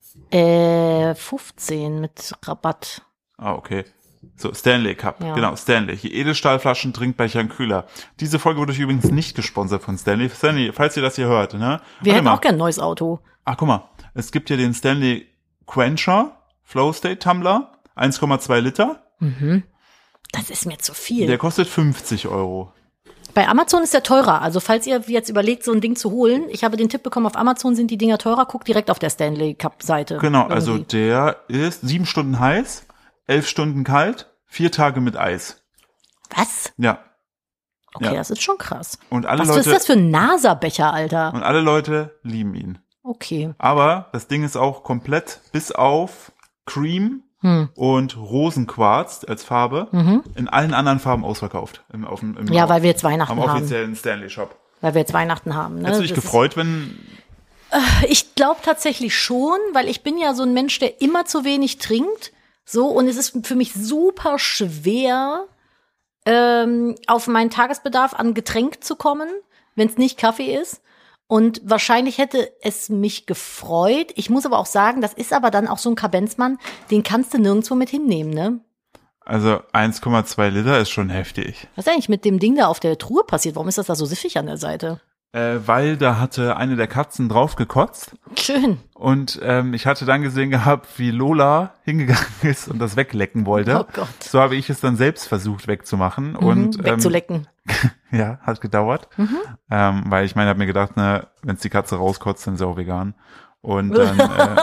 B: 15 mit Rabatt.
A: Ah, okay. So, Stanley Cup. Ja. Genau, Stanley. Hier Edelstahlflaschen, Trinkbecher und Kühler. Diese Folge wurde übrigens nicht gesponsert von Stanley. Stanley, falls ihr das hier hört, ne?
B: Wir hätten auch gern ein neues Auto.
A: Ach, guck mal. Es gibt hier den Stanley Quencher Flow State Tumbler. 1,2 Liter.
B: Das ist mir zu viel.
A: Der kostet 50 €.
B: Bei Amazon ist der teurer. Also falls ihr jetzt überlegt, so ein Ding zu holen, ich habe den Tipp bekommen, auf Amazon sind die Dinger teurer. Guckt direkt auf der Stanley Cup Seite.
A: Genau, irgendwie. Also der ist 7 Stunden heiß, 11 Stunden kalt, 4 Tage mit Eis.
B: Was?
A: Ja.
B: Okay, das ist schon krass.
A: Und was
B: ist das für ein NASA-Becher, Alter?
A: Und alle Leute lieben ihn.
B: Okay.
A: Aber das Ding ist auch komplett bis auf Cream und Rosenquarz als Farbe in allen anderen Farben ausverkauft.
B: Weil wir jetzt Weihnachten haben.
A: Am offiziellen Stanley Shop.
B: Weil wir jetzt Weihnachten haben. Ne?
A: Hättest du dich gefreut, wenn...
B: Ich glaube tatsächlich schon, weil ich bin ja so ein Mensch, der immer zu wenig trinkt. So, und es ist für mich super schwer, auf meinen Tagesbedarf an Getränk zu kommen, wenn es nicht Kaffee ist. Und wahrscheinlich hätte es mich gefreut. Ich muss aber auch sagen, das ist aber dann auch so ein Kabenzmann, den kannst du nirgendwo mit hinnehmen, ne?
A: Also 1,2 Liter ist schon heftig.
B: Was ist eigentlich mit dem Ding da auf der Truhe passiert? Warum ist das da so siffig an der Seite?
A: Weil da hatte eine der Katzen drauf gekotzt.
B: Schön.
A: Und ich hatte dann gesehen gehabt, wie Lola hingegangen ist und das weglecken wollte.
B: Oh Gott.
A: So habe ich es dann selbst versucht wegzumachen. Und
B: wegzulecken.
A: Ja, hat gedauert. Weil ich meine, habe mir gedacht, ne, wenn es die Katze rauskotzt, dann ist sie auch vegan. Und dann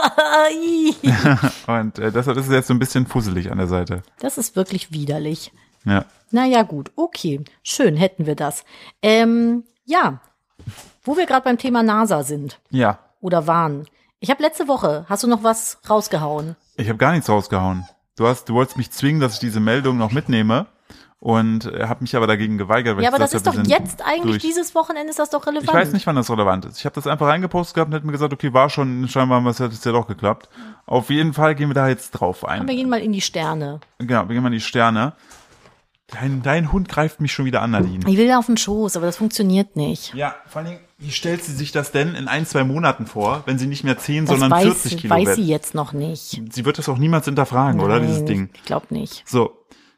A: und deshalb ist es jetzt so ein bisschen fusselig an der Seite.
B: Das ist wirklich widerlich.
A: Ja.
B: Naja, gut, okay. Schön, hätten wir das. Ja, wo wir gerade beim Thema NASA sind.
A: Ja.
B: Oder waren. Ich habe letzte Woche, hast du noch was rausgehauen?
A: Ich habe gar nichts rausgehauen. Du wolltest mich zwingen, dass ich diese Meldung noch mitnehme und habe mich aber dagegen geweigert. Weil
B: ja, aber
A: ich
B: das ist doch jetzt eigentlich, dieses Wochenende ist das doch relevant.
A: Ich weiß nicht, wann das relevant ist. Ich habe das einfach reingepostet gehabt und hätte mir gesagt, okay, war schon, scheinbar hat es ja doch geklappt. Auf jeden Fall gehen wir da jetzt drauf ein.
B: Und wir gehen mal in die Sterne.
A: Genau, wir gehen mal in die Sterne. Dein Hund greift mich schon wieder an, Nadine.
B: Ich will auf den Schoß, aber das funktioniert nicht.
A: Ja, vor allem, wie stellt sie sich das denn in 1-2 Monaten vor, wenn sie nicht mehr 10, sondern 40 Kilo
B: weiß sie jetzt noch nicht.
A: Sie wird das auch niemals hinterfragen,
B: Nein,
A: oder, dieses Ding?
B: Ich glaube nicht.
A: So.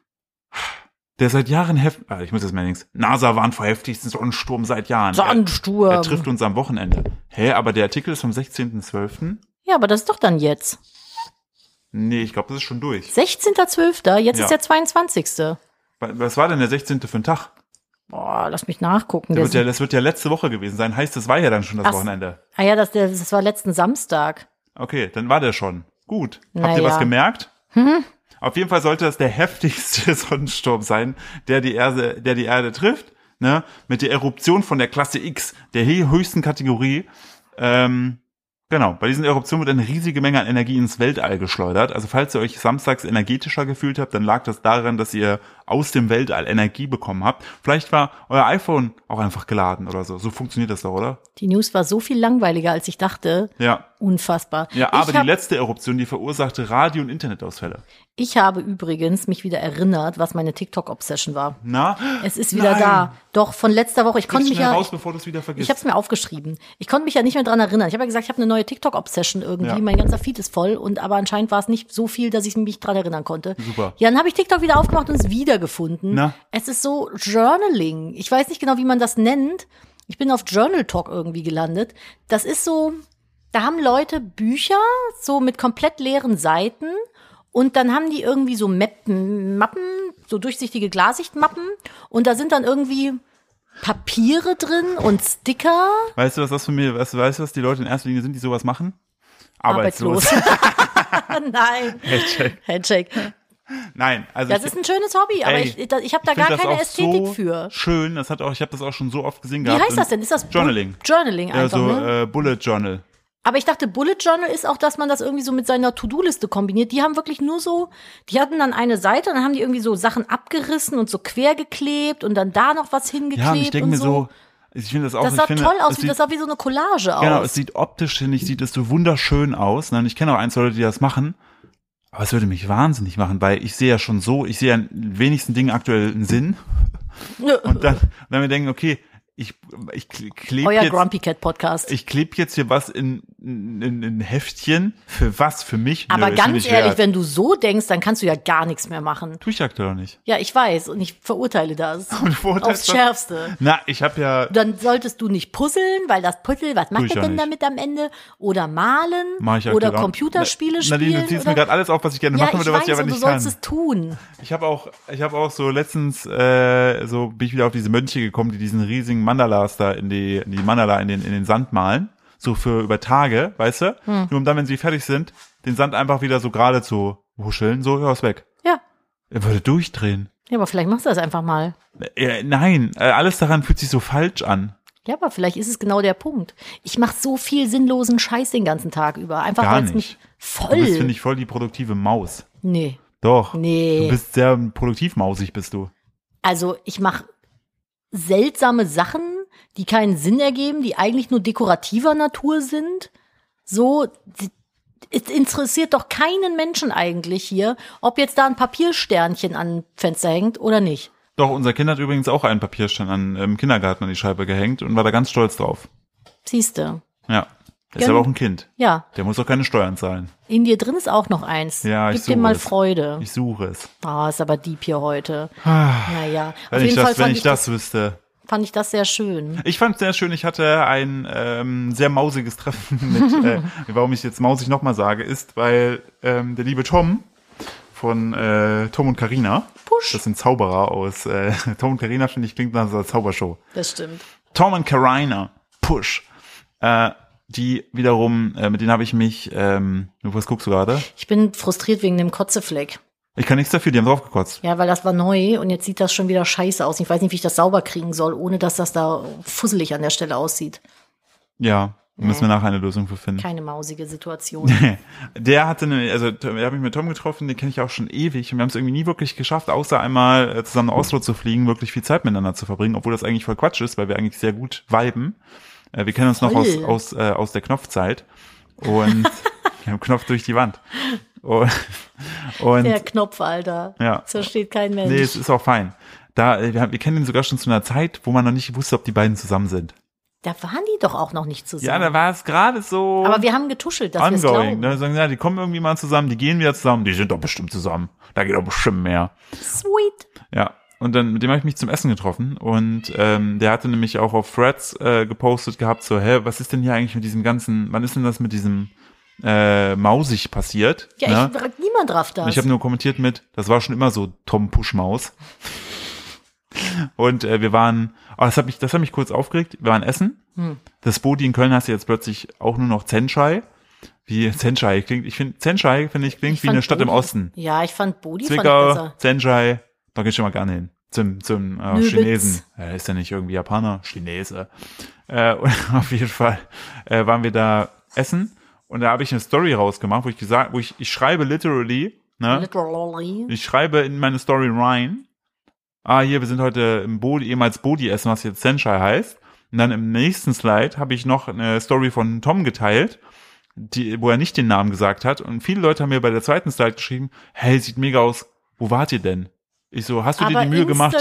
A: Der seit Jahren ich muss jetzt mal links. NASA warnt vor heftigsten Sonnensturm seit Jahren.
B: Sonnensturm.
A: Er trifft uns am Wochenende. Aber der Artikel ist vom 16.12.
B: Ja, aber das ist doch dann jetzt.
A: Nee, ich glaube, das ist schon durch.
B: 16.12., jetzt ist der 22.
A: Was war denn der 16. für ein Tag?
B: Boah, lass mich nachgucken.
A: Das wird ja letzte Woche gewesen sein. Heißt, das war ja dann schon das Wochenende.
B: Ah ja, das war letzten Samstag.
A: Okay, dann war der schon. Gut. Habt ihr was gemerkt? Auf jeden Fall sollte das der heftigste Sonnensturm sein, der die Erde trifft, ne? Mit der Eruption von der Klasse X, der höchsten Kategorie. Genau, bei diesen Eruptionen wird eine riesige Menge an Energie ins Weltall geschleudert. Also falls ihr euch samstags energetischer gefühlt habt, dann lag das daran, dass ihr aus dem Weltall Energie bekommen habt. Vielleicht war euer iPhone auch einfach geladen oder so. So funktioniert das doch, oder?
B: Die News war so viel langweiliger, als ich dachte.
A: Ja.
B: Unfassbar.
A: Ja, aber die letzte Eruption, die verursachte Radio- und Internetausfälle.
B: Ich habe übrigens mich wieder erinnert, was meine TikTok-Obsession war.
A: Na?
B: Es ist wieder da. Doch, von letzter Woche. Ich konnte mich
A: raus, bevor du es wieder vergisst.
B: Ich habe es mir aufgeschrieben. Ich konnte mich ja nicht mehr dran erinnern. Ich habe ja gesagt, ich habe eine neue TikTok-Obsession irgendwie. Ja. Mein ganzer Feed ist voll. Aber anscheinend war es nicht so viel, dass ich mich dran erinnern konnte.
A: Super.
B: Ja, dann habe ich TikTok wieder aufgemacht und es wiedergefunden.
A: Na?
B: Es ist so Journaling. Ich weiß nicht genau, wie man das nennt. Ich bin auf Journal Talk irgendwie gelandet. Das ist so, da haben Leute Bücher so mit komplett leeren Seiten und dann haben die irgendwie so Mappen, so durchsichtige Glassichtmappen und da sind dann irgendwie Papiere drin und Sticker.
A: Weißt du, was das für mir, weißt du, was die Leute in erster Linie sind, die sowas machen?
B: Arbeitslos. Nein. Handshake.
A: Nein, also
B: das ist ein schönes Hobby, aber ich habe da gar keine Ästhetik für.
A: Schön, ich habe das auch schon so oft gesehen gehabt.
B: Wie heißt das denn? Ist das
A: Journaling?
B: Journaling einfach, ne?
A: Bullet Journal.
B: Aber ich dachte, Bullet Journal ist auch, dass man das irgendwie so mit seiner To-Do-Liste kombiniert. Die haben wirklich nur so, die hatten dann eine Seite und dann haben die irgendwie so Sachen abgerissen und so quer geklebt und dann da noch was hingeklebt.
A: Ja, und ich denke mir so, ich finde das auch.
B: Das sah toll aus, das sah wie so eine Collage aus.
A: Genau, es sieht optisch, finde ich, sieht es so wunderschön aus. Und ich kenne auch Leute, die das machen. Aber es würde mich wahnsinnig machen, weil ich sehe ja in wenigsten Dingen aktuell einen Sinn. Und dann mir denken, okay, ich klebe
B: Euer Grumpy Cat Podcast.
A: Ich klebe jetzt hier was in Heftchen. Für was? Für mich?
B: Aber ganz ehrlich, wenn du so denkst, dann kannst du ja gar nichts mehr machen.
A: Tue ich aktuell nicht.
B: Ja, ich weiß und ich verurteile das. Aufs Schärfste.
A: Na, ich habe ja...
B: Dann solltest du nicht puzzeln, weil das Puzzle, was macht ihr denn damit am Ende? Oder malen? Oder Computerspiele spielen?
A: Nadine, du ziehst mir gerade alles auf, was ich gerne machen würde, was ich aber nicht kann.
B: Du sollst es tun.
A: Ich habe auch so letztens so bin ich wieder auf diese Mönche gekommen, die diesen riesigen Mandalas da in den Sand malen, so für über Tage, weißt du? Nur um dann, wenn sie fertig sind, den Sand einfach wieder so gerade zu huscheln, so, ja, ist weg.
B: Ja.
A: Er würde durchdrehen.
B: Ja, aber vielleicht machst du das einfach mal.
A: Nein, alles daran fühlt sich so falsch an.
B: Ja, aber vielleicht ist es genau der Punkt. Ich mache so viel sinnlosen Scheiß den ganzen Tag über. Einfach weil es mich voll...
A: Du bist, finde ich, voll die produktive Maus.
B: Nee.
A: Doch.
B: Nee.
A: Du bist sehr produktiv mausig, bist du.
B: Also, ich mache seltsame Sachen, die keinen Sinn ergeben, die eigentlich nur dekorativer Natur sind. So, es interessiert doch keinen Menschen eigentlich hier, ob jetzt da ein Papiersternchen an Fenster hängt oder nicht.
A: Doch, unser Kind hat übrigens auch einen Papierstern im Kindergarten an die Scheibe gehängt und war da ganz stolz drauf.
B: Siehste.
A: Ja. Der ist aber auch ein Kind.
B: Ja.
A: Der muss auch keine Steuern zahlen.
B: In dir drin ist auch noch eins.
A: Ja,
B: Gib dem mal Freude.
A: Ich suche es.
B: Ist aber deep hier heute. Naja.
A: Wenn ich das wüsste.
B: Fand ich das sehr schön.
A: Ich fand es sehr schön. Ich hatte ein sehr mausiges Treffen mit, warum ich jetzt mausig nochmal sage, ist, weil der liebe Tom von Tom und Carina,
B: Push.
A: Das sind Zauberer aus Tom und Carina, finde ich, klingt nach so einer Zaubershow.
B: Das stimmt.
A: Tom und Carina, Push. Die wiederum, mit denen habe ich mich, was guckst du gerade?
B: Ich bin frustriert wegen dem Kotzefleck.
A: Ich kann nichts dafür, die haben drauf gekotzt.
B: Ja, weil das war neu und jetzt sieht das schon wieder scheiße aus. Ich weiß nicht, wie ich das sauber kriegen soll, ohne dass das da fusselig an der Stelle aussieht.
A: Ja, müssen wir nachher eine Lösung für finden.
B: Keine mausige Situation.
A: Der hatte da habe ich mit Tom getroffen, den kenne ich auch schon ewig und wir haben es irgendwie nie wirklich geschafft, außer einmal zusammen nach Oslo zu fliegen, wirklich viel Zeit miteinander zu verbringen, obwohl das eigentlich voll Quatsch ist, weil wir eigentlich sehr gut viben. Wir kennen uns noch aus der Knopfzeit und wir haben Knopf durch die Wand. Und
B: der Knopf, Alter.
A: Ja.
B: Das versteht kein Mensch.
A: Nee, es ist auch fein. Wir kennen ihn sogar schon zu einer Zeit, wo man noch nicht wusste, ob die beiden zusammen sind.
B: Da waren die doch auch noch nicht zusammen.
A: Ja, da war es gerade so.
B: Aber wir haben getuschelt, dass wir es glauben.
A: Da sagen, ja, die kommen irgendwie mal zusammen, die gehen wieder zusammen, die sind doch bestimmt zusammen. Da geht doch bestimmt mehr.
B: Sweet.
A: Ja. Und dann, mit dem habe ich mich zum Essen getroffen und der hatte nämlich auch auf Threads gepostet gehabt, so, was ist denn hier eigentlich mit diesem ganzen, wann ist denn das mit diesem mausig passiert?
B: Ja, niemand rafft das.
A: Und ich habe nur kommentiert das war schon immer so Tom Push-Maus. Und wir waren, das hat mich kurz aufgeregt, wir waren essen. Das Bodi in Köln hast du jetzt plötzlich auch nur noch Zenschai. Wie Zenschai klingt, Zenschai klingt wie eine Stadt im Osten.
B: Ja, ich fand Bodi
A: Zwickau, Zenschai, da geh ich schon mal gerne hin. Zum Chinesen. Ist ja nicht irgendwie Japaner, Chinese. Und auf jeden Fall waren wir da essen und da habe ich eine Story rausgemacht, wo ich schreibe literally, ne? Ich schreibe in meine Story rein. Hier, wir sind heute im ehemals Bodi essen, was jetzt Zenschai heißt. Und dann im nächsten Slide habe ich noch eine Story von Tom geteilt, wo er nicht den Namen gesagt hat. Und viele Leute haben mir bei der zweiten Slide geschrieben, hey, sieht mega aus, wo wart ihr denn? Ich so, hast du dir die Mühe gemacht,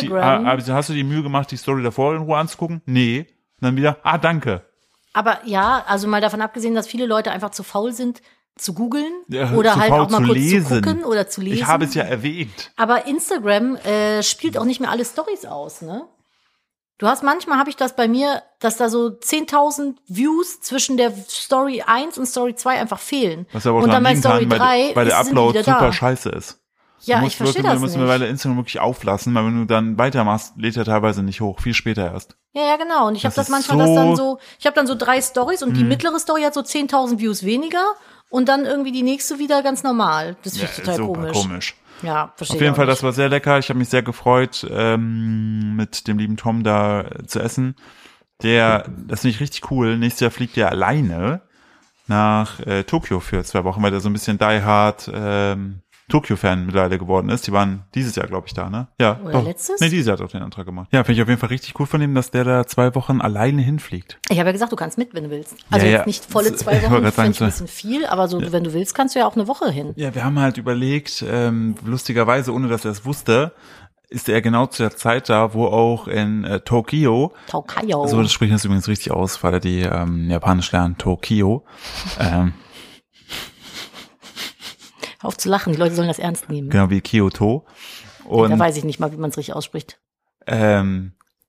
A: die Story davor in Ruhe anzugucken? Nee. Und dann wieder, danke.
B: Aber ja, also mal davon abgesehen, dass viele Leute einfach zu faul sind, zu googeln oder halt auch mal kurz zu gucken oder zu lesen.
A: Ich habe es ja erwähnt.
B: Aber Instagram spielt auch nicht mehr alle Storys aus, ne? Manchmal habe ich das bei mir, dass da so 10.000 Views zwischen der Story 1 und Story 2 einfach fehlen.
A: Was aber auch
B: und dann bei
A: Story
B: 3
A: weil der Upload super scheiße ist.
B: Ja, ich verstehe das nicht.
A: Du musst mittlerweile Instagram wirklich auflassen, weil wenn du dann weitermachst, lädt er teilweise nicht hoch, viel später erst.
B: Ja, genau. Und ich habe das manchmal, ich habe dann so 3 Stories und die mittlere Story hat so 10.000 Views weniger und dann irgendwie die nächste wieder ganz normal. Das finde ich total komisch. Ja, verstehe.
A: Auf jeden Fall, das war sehr lecker. Ich habe mich sehr gefreut, mit dem lieben Tom da zu essen. Das finde ich richtig cool. Nächstes Jahr fliegt er alleine nach Tokio für 2 Wochen, weil er so ein bisschen Die Hard Tokio-Fan mittlerweile geworden ist. Die waren dieses Jahr, glaube ich, da, ne? Ja.
B: Oder doch. Letztes?
A: Nee, dieses Jahr hat auch den Antrag gemacht. Ja, finde ich auf jeden Fall richtig cool von ihm, dass der da 2 Wochen alleine hinfliegt.
B: Ich habe ja gesagt, du kannst mit, wenn du willst. Also jetzt nicht volle 2 Wochen, finde ich ein bisschen viel, aber so, wenn du willst, kannst du ja auch eine Woche hin.
A: Ja, wir haben halt überlegt, lustigerweise, ohne dass er es wusste, ist er genau zu der Zeit da, wo auch in Tokio, so das spricht das übrigens richtig aus, weil er die Japanisch lernt, Tokio,
B: auf zu lachen, die Leute sollen das ernst nehmen.
A: Genau, wie Kyoto. Und
B: da weiß ich nicht mal, wie man es richtig ausspricht.
A: Wir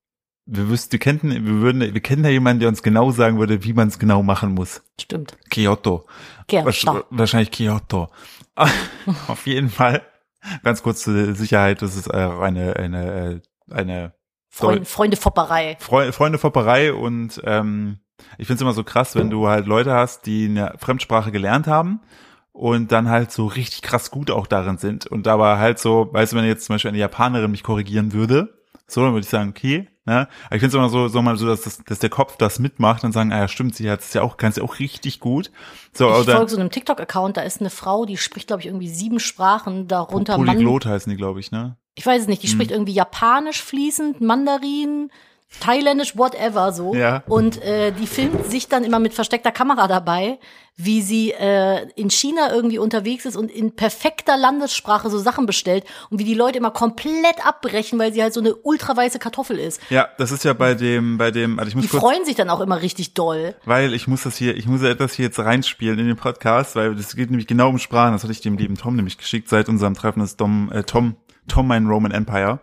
A: kennen da jemanden, der uns genau sagen würde, wie man es genau machen muss.
B: Stimmt.
A: Kyoto. Wahrscheinlich Kyoto. Auf jeden Fall. Ganz kurz zur Sicherheit, das ist eine
B: Freundefopperei.
A: Freundefopperei und ich finde es immer so krass, wenn du halt Leute hast, die eine Fremdsprache gelernt haben und dann halt so richtig krass gut auch darin sind und aber halt so, weißt du, wenn jetzt zum Beispiel eine Japanerin mich korrigieren würde, so, dann würde ich sagen, okay, ne? Aber ich finde es immer so, dass der Kopf das mitmacht und sagen, ja stimmt, sie hat es ja auch, kann es ja auch richtig gut. So,
B: ich folge so einem TikTok-Account, da ist eine Frau, die spricht, glaube ich, irgendwie 7 Sprachen, darunter
A: Polyglot heißen die, glaube ich, ne?
B: Ich weiß es nicht, die spricht irgendwie Japanisch fließend, Mandarin, Thailändisch, whatever, so.
A: Ja.
B: Und die filmt sich dann immer mit versteckter Kamera dabei, wie sie in China irgendwie unterwegs ist und in perfekter Landessprache so Sachen bestellt und wie die Leute immer komplett abbrechen, weil sie halt so eine ultraweiße Kartoffel ist.
A: Ja, das ist ja bei dem, also ich muss
B: die freuen sich dann auch immer richtig doll.
A: Weil ich muss etwas hier jetzt reinspielen in den Podcast, weil das geht nämlich genau um Sprachen, das hatte ich dem lieben Tom nämlich geschickt seit unserem Treffen, das ist Tom, mein Roman Empire.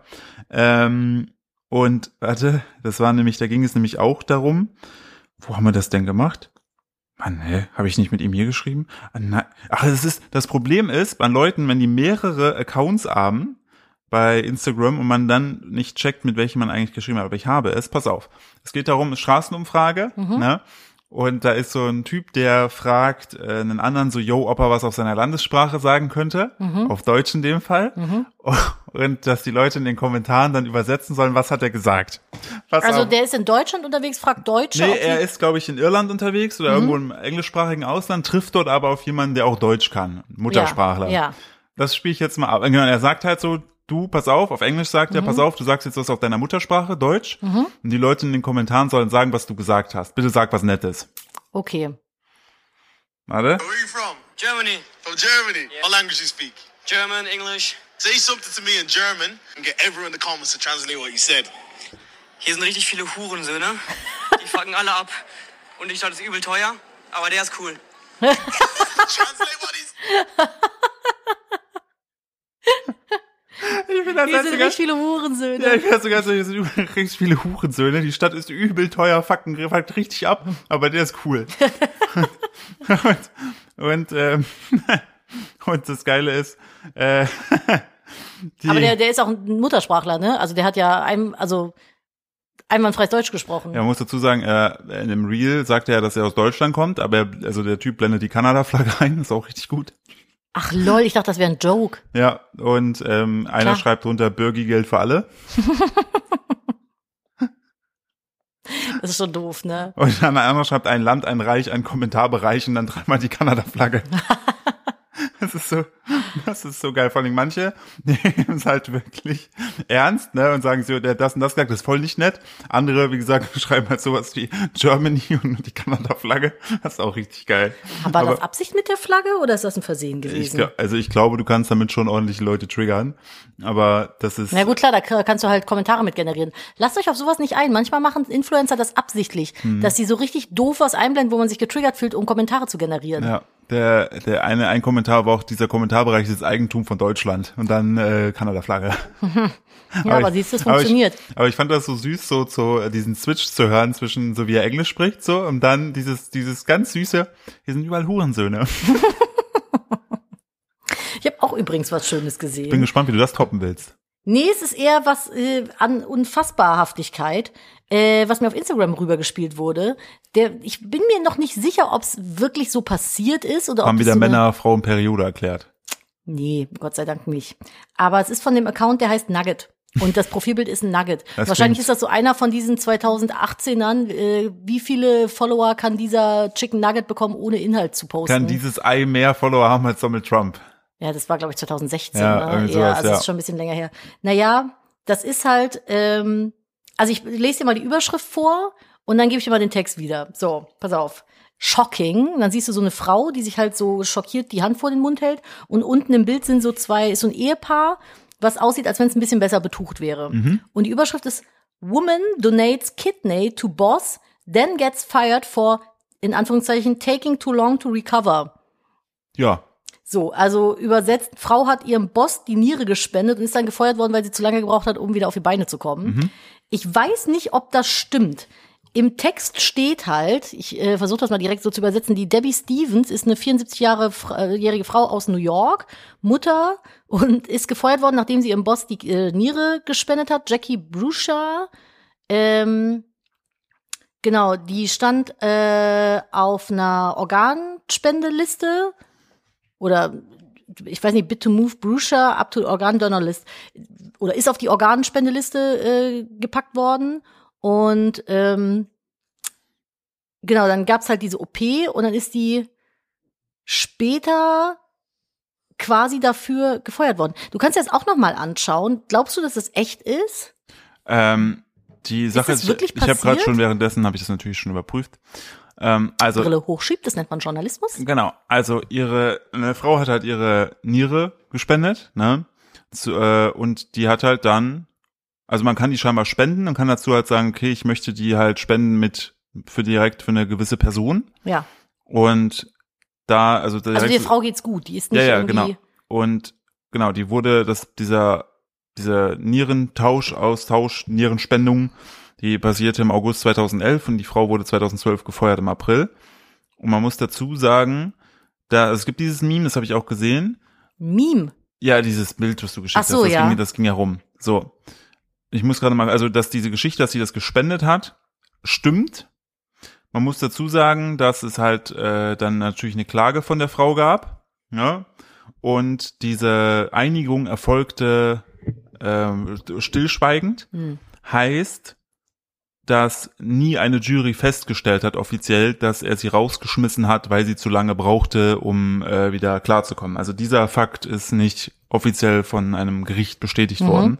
A: Und warte, da ging es nämlich auch darum, wo haben wir das denn gemacht? Mann, habe ich nicht mit ihm hier geschrieben? Das Problem ist, bei Leuten, wenn die mehrere Accounts haben bei Instagram und man dann nicht checkt, mit welchem man eigentlich geschrieben hat, aber ich habe es, pass auf. Es geht darum, Straßenumfrage, ne? Und da ist so ein Typ, der fragt einen anderen so, ob er was auf seiner Landessprache sagen könnte, auf Deutsch in dem Fall. Und dass die Leute in den Kommentaren dann übersetzen sollen, was hat er gesagt.
B: Der ist in Deutschland unterwegs, fragt Deutsche.
A: Nee, er ist, glaube ich, in Irland unterwegs oder irgendwo im englischsprachigen Ausland, trifft dort aber auf jemanden, der auch Deutsch kann, Muttersprachler.
B: Ja. Das
A: spiele ich jetzt mal ab. Er sagt halt so, du, pass auf Englisch sagt er, pass auf, du sagst jetzt was auf deiner Muttersprache, Deutsch. Und die Leute in den Kommentaren sollen sagen, was du gesagt hast. Bitte sag was Nettes.
B: Okay.
A: Warte.
C: Where are you from? Germany. From Germany? Yeah. What language do you speak? German, English. Say something to me in German and get everyone in the comments to translate what you said. Hier sind richtig viele Hurensöhne. Die fucken alle ab. Und die Stadt ist übel teuer, aber der ist cool. Translate what he's...
B: Hier sind richtig viele Hurensöhne.
A: Ja, ich weiß sogar, hier sind richtig viele Hurensöhne. Die Stadt ist übel teuer, fuckt richtig ab, aber der ist cool. und das Geile ist,
B: aber der ist auch ein Muttersprachler, ne? Also der hat ja einwandfrei Deutsch gesprochen.
A: Ja, man muss dazu sagen, in dem Reel sagt er, dass er aus Deutschland kommt, aber der Typ blendet die Kanada-Flagge ein, ist auch richtig gut.
B: Ach lol, ich dachte, das wäre ein Joke.
A: Ja, und einer schreibt drunter Bürgergeld für alle.
B: Das ist schon doof, ne?
A: Und dann ein anderer schreibt ein Land, ein Reich, ein Kommentarbereich und dann dreimal die Kanada-Flagge. Das ist so geil. Vor allem manche nehmen es halt wirklich ernst, ne, und sagen so, der das und das gesagt, das ist voll nicht nett. Andere, wie gesagt, schreiben halt sowas wie Germany und die Kanada-Flagge. Das ist auch richtig geil.
B: Aber das Absicht mit der Flagge oder ist das ein Versehen gewesen?
A: Ich glaube, du kannst damit schon ordentliche Leute triggern. Aber das ist...
B: Na gut, klar, da kannst du halt Kommentare mit generieren. Lasst euch auf sowas nicht ein. Manchmal machen Influencer das absichtlich, dass sie so richtig doof was einblenden, wo man sich getriggert fühlt, um Kommentare zu generieren.
A: Ja. Ein Kommentar war auch, dieser Kommentarbereich ist jetzt Eigentum von Deutschland und dann Kanada-Flagge.
B: Ja, aber siehst du, es funktioniert.
A: Aber ich fand das so süß, so diesen Switch zu hören zwischen, so wie er Englisch spricht, so, und dann dieses ganz süße, hier sind überall Hurensöhne.
B: Ich habe auch übrigens was Schönes gesehen.
A: Bin gespannt, wie du das toppen willst.
B: Nee, es ist eher was an Unfassbarhaftigkeit, was mir auf Instagram rübergespielt wurde. Ich bin mir noch nicht sicher, ob es wirklich so passiert ist oder
A: Haben
B: ob
A: wieder Männer, Frauen Periode erklärt.
B: Nee, Gott sei Dank nicht. Aber es ist von dem Account, der heißt Nugget. Und das Profilbild ist ein Nugget. Wahrscheinlich ist das so einer von diesen 2018ern. Wie viele Follower kann dieser Chicken Nugget bekommen, ohne Inhalt zu posten?
A: Kann dieses Ei mehr Follower haben als Donald Trump?
B: Ja, das war, glaube ich, 2016.
A: Ja,
B: ne?
A: Sowas,
B: das ist schon ein bisschen länger her. Naja, das ist halt, also ich lese dir mal die Überschrift vor und dann gebe ich dir mal den Text wieder. So, pass auf. Shocking. Und dann siehst du so eine Frau, die sich halt so schockiert die Hand vor den Mund hält. Und unten im Bild sind ist so ein Ehepaar, was aussieht, als wenn es ein bisschen besser betucht wäre. Und die Überschrift ist Woman donates kidney to boss, then gets fired for, in Anführungszeichen, taking too long to recover.
A: Ja.
B: So, also übersetzt, Frau hat ihrem Boss die Niere gespendet und ist dann gefeuert worden, weil sie zu lange gebraucht hat, um wieder auf die Beine zu kommen. Ich weiß nicht, ob das stimmt. Im Text steht halt, ich versuche das mal direkt so zu übersetzen, die Debbie Stevens ist eine 74-jährige Frau aus New York, Mutter, und ist gefeuert worden, nachdem sie ihrem Boss die Niere gespendet hat. Jackie Brusha, genau, die stand auf einer Organspendeliste oder ich weiß nicht, Bit to Move Brusha up to Organ Donor List oder ist auf die Organspendeliste gepackt worden. Und genau, dann gab's halt diese OP und dann ist die später quasi dafür gefeuert worden. Du kannst dir das auch noch mal anschauen. Glaubst du, dass das echt ist?
A: Die Sache
B: ist das wirklich
A: ich habe gerade schon währenddessen, habe ich das natürlich schon überprüft. Also
B: Brille hochschiebt, das nennt man Journalismus.
A: Genau, also eine Frau hat halt ihre Niere gespendet, ne? Und die hat halt dann, also man kann die scheinbar spenden und kann dazu halt sagen, okay, ich möchte die halt spenden direkt für eine gewisse Person.
B: Ja.
A: Und also
B: der Frau geht's gut, die ist nicht irgendwie.
A: Genau. Und genau, die wurde dieser Nierentausch, Nierenspendung, die basierte im August 2011 und die Frau wurde 2012 gefeuert im April. Und man muss dazu sagen, es gibt dieses Meme, das habe ich auch gesehen.
B: Meme?
A: Ja, dieses Bild, was du geschickt hast, das ging ja rum. So, ich muss gerade mal, also dass diese Geschichte, dass sie das gespendet hat, stimmt. Man muss dazu sagen, dass es halt dann natürlich eine Klage von der Frau gab, ja, und diese Einigung erfolgte stillschweigend. Heißt, dass nie eine Jury festgestellt hat offiziell, dass er sie rausgeschmissen hat, weil sie zu lange brauchte, um wieder klarzukommen. Also dieser Fakt ist nicht offiziell von einem Gericht bestätigt worden.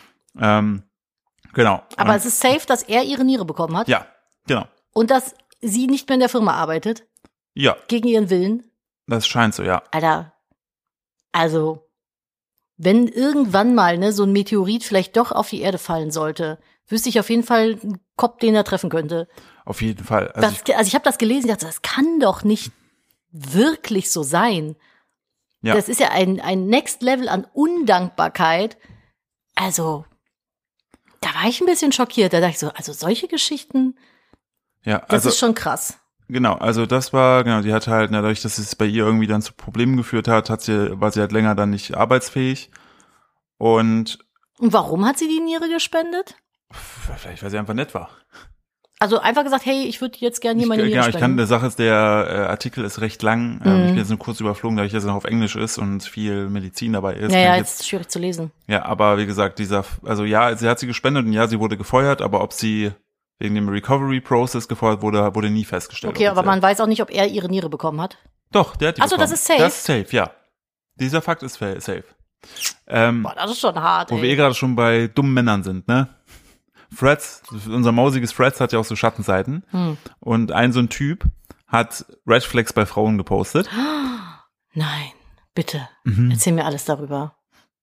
A: Genau.
B: Aber es ist safe, dass er ihre Niere bekommen hat?
A: Ja, genau.
B: Und dass sie nicht mehr in der Firma arbeitet?
A: Ja.
B: Gegen ihren Willen?
A: Das scheint so, ja.
B: Alter, also wenn irgendwann mal so ein Meteorit vielleicht doch auf die Erde fallen sollte, wüsste ich auf jeden Fall einen Kopf, den er treffen könnte.
A: Auf jeden Fall.
B: Also ich habe das gelesen, ich dachte, das kann doch nicht wirklich so sein. Ja. Das ist ja ein Next Level an Undankbarkeit. Also, da war ich ein bisschen schockiert. Da dachte ich so, also solche Geschichten, das ist schon krass.
A: Genau, also die hat halt, dadurch, dass es bei ihr irgendwie dann zu Problemen geführt hat, war sie halt länger dann nicht arbeitsfähig. Und
B: warum hat sie die Niere gespendet?
A: Vielleicht, weil sie einfach nett war.
B: Also einfach gesagt, hey, ich würde jetzt gerne hier meine Niere spenden.
A: Der Sache ist, der Artikel ist recht lang. Ich bin jetzt nur kurz überflogen, da ich jetzt noch auf Englisch ist und viel Medizin dabei ist.
B: Ja, jetzt ist schwierig zu lesen.
A: Ja, aber wie gesagt, sie hat sie gespendet und ja, sie wurde gefeuert, aber ob sie wegen dem Recovery-Process gefeuert wurde nie festgestellt.
B: Okay, aber man weiß auch nicht, ob er ihre Niere bekommen hat.
A: Doch, der hat die bekommen.
B: Das ist safe?
A: Das ist safe, ja. Dieser Fakt ist safe.
B: Das ist schon hart,
A: Wo wir gerade schon bei dummen Männern sind, ne? Freds, unser mausiges Freds hat ja auch so Schattenseiten. Und so ein Typ hat Red Flags bei Frauen gepostet.
B: Nein, bitte. Erzähl mir alles darüber.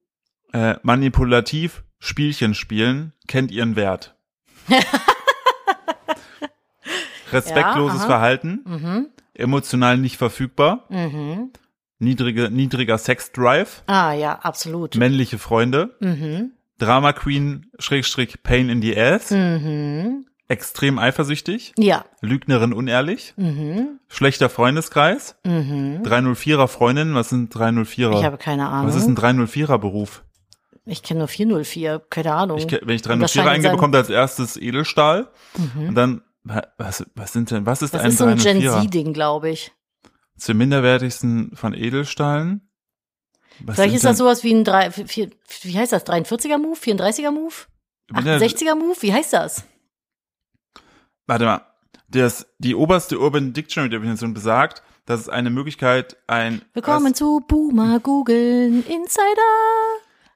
A: Manipulativ Spielchen spielen, kennt ihren Wert. Respektloses Verhalten, emotional nicht verfügbar, niedriger Sex-Drive.
B: Ah ja, absolut.
A: Männliche Freunde, Drama Queen / Pain in the Ass, extrem eifersüchtig, Lügnerin unehrlich, schlechter Freundeskreis, 304er Freundin, was sind 304er?
B: Ich habe keine Ahnung.
A: Was ist ein 304er Beruf?
B: Ich kenne nur 404, keine Ahnung.
A: Wenn ich 304er eingebe, kommt als erstes Edelstahl und dann was ist ein 304er? Das ist so ein
B: Gen Z-Ding, glaube ich.
A: Zum minderwertigsten von Edelstahlen.
B: Vielleicht ist das sowas wie ein wie heißt das? 43er-Move? 34er-Move? 68er-Move? Wie heißt das?
A: Warte mal. Die oberste Urban Dictionary Definition besagt, dass es eine Möglichkeit
B: Willkommen zu Boomer Googeln Insider.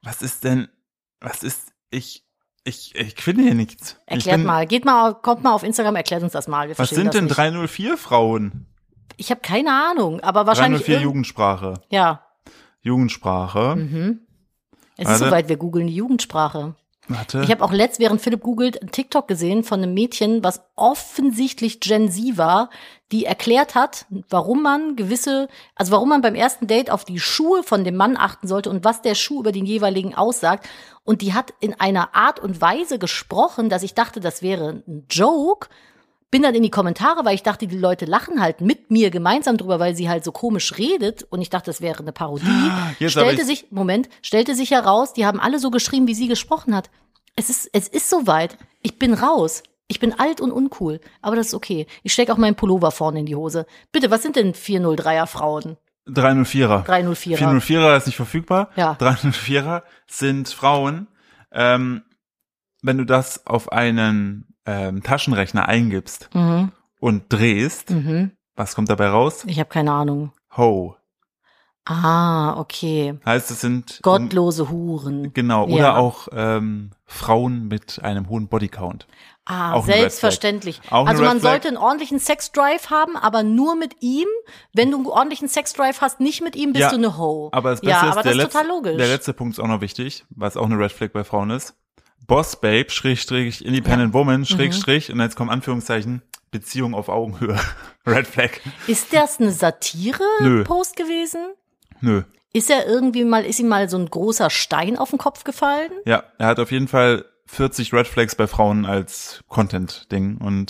A: Ich finde hier nichts.
B: Kommt mal auf Instagram, erklärt uns das mal.
A: Was sind denn 304 Frauen?
B: Ich habe keine Ahnung, aber wahrscheinlich
A: 304 Jugendsprache.
B: Ja.
A: Jugendsprache.
B: Es ist soweit, wir googeln die Jugendsprache.
A: Warte.
B: Ich habe auch während Philipp googelt, einen TikTok gesehen von einem Mädchen, was offensichtlich Gen Z war, die erklärt hat, warum man beim ersten Date auf die Schuhe von dem Mann achten sollte und was der Schuh über den jeweiligen aussagt. Und die hat in einer Art und Weise gesprochen, dass ich dachte, das wäre ein Joke. Bin dann in die Kommentare, weil ich dachte, die Leute lachen halt mit mir gemeinsam drüber, weil sie halt so komisch redet. Und ich dachte, das wäre eine Parodie. Stellte sich heraus, die haben alle so geschrieben, wie sie gesprochen hat. Es ist soweit. Ich bin raus. Ich bin alt und uncool. Aber das ist okay. Ich stecke auch meinen Pullover vorne in die Hose. Bitte, was sind denn 403er Frauen?
A: 304er.
B: 304er.
A: 404er ist nicht verfügbar.
B: Ja.
A: 304er sind Frauen. Wenn du das auf einen Taschenrechner eingibst und drehst, was kommt dabei raus?
B: Ich habe keine Ahnung.
A: Ho.
B: Ah, okay.
A: Heißt, es sind
B: gottlose Huren.
A: Genau, oder auch Frauen mit einem hohen Bodycount.
B: Auch selbstverständlich. Also man sollte einen ordentlichen Sexdrive haben, aber nur mit ihm. Wenn du einen ordentlichen Sexdrive hast, nicht mit ihm, bist du eine Hoe.
A: Aber das Beste ist,
B: das ist total logisch.
A: Der letzte Punkt ist auch noch wichtig, was auch eine Red Flag bei Frauen ist. Boss Babe, Schrägstrich, Independent Woman, Schrägstrich, und jetzt kommen Anführungszeichen, Beziehung auf Augenhöhe. Red Flag.
B: Ist das eine Satire-Post gewesen?
A: Nö.
B: Ist ihm mal so ein großer Stein auf den Kopf gefallen?
A: Ja, er hat auf jeden Fall 40 Red Flags bei Frauen als Content-Ding. Und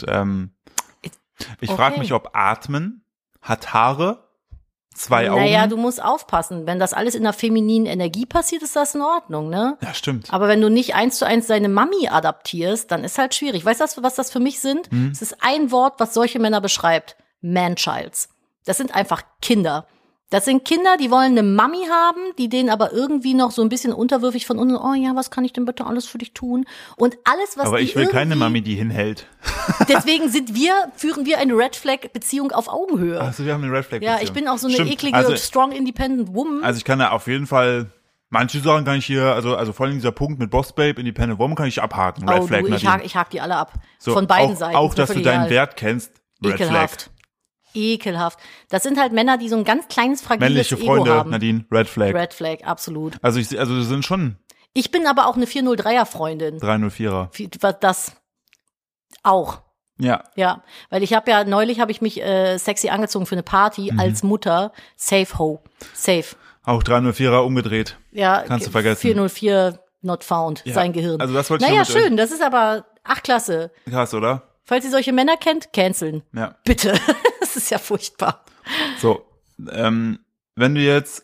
A: ich frage mich, ob Atmen, hat Haare, 2 Augen.
B: Naja, du musst aufpassen. Wenn das alles in der femininen Energie passiert, ist das in Ordnung, ne?
A: Ja, stimmt.
B: Aber wenn du nicht 1:1 deine Mami adaptierst, dann ist halt schwierig. Weißt du, was das für mich sind? Es ist ein Wort, was solche Männer beschreibt. Man-Childs. Das sind einfach Kinder. Das sind Kinder, die wollen eine Mami haben, die denen aber irgendwie noch so ein bisschen unterwürfig von unten, oh ja, was kann ich denn bitte alles für dich tun? Und alles, was
A: aber ich will keine Mami, die hinhält.
B: Deswegen führen wir eine Red Flag Beziehung auf Augenhöhe.
A: Also wir haben eine Red Flag Beziehung.
B: Ja, ich bin auch so eine eklige, strong, independent woman.
A: Also ich kann da auf jeden Fall, manche Sachen kann ich hier, also vor allem dieser Punkt mit Boss Babe, Independent Woman kann ich abhaken. Red Flag,
B: ich hak die alle ab. So, von beiden Seiten.
A: Auch, dass du deinen Wert kennst. Red Flag.
B: Ekelhaft. Das sind halt Männer, die so ein ganz kleines, fragiles
A: männliche
B: Ego
A: Freunde,
B: haben.
A: Nadine, Red Flag.
B: Red Flag, absolut.
A: Also das sind schon.
B: Ich bin aber auch eine 403er-Freundin.
A: 304er.
B: Das auch.
A: Ja.
B: Ja, weil neulich habe ich mich sexy angezogen für eine Party als Mutter. Safe Ho. Safe.
A: Auch 304er umgedreht.
B: Ja.
A: Kannst du vergessen.
B: 404 not found, sein Gehirn.
A: Also das wollte ich
B: schön, das ist aber klasse.
A: Krass, oder?
B: Falls ihr solche Männer kennt, canceln.
A: Ja.
B: Bitte. Das ist ja furchtbar.
A: So, wenn du jetzt,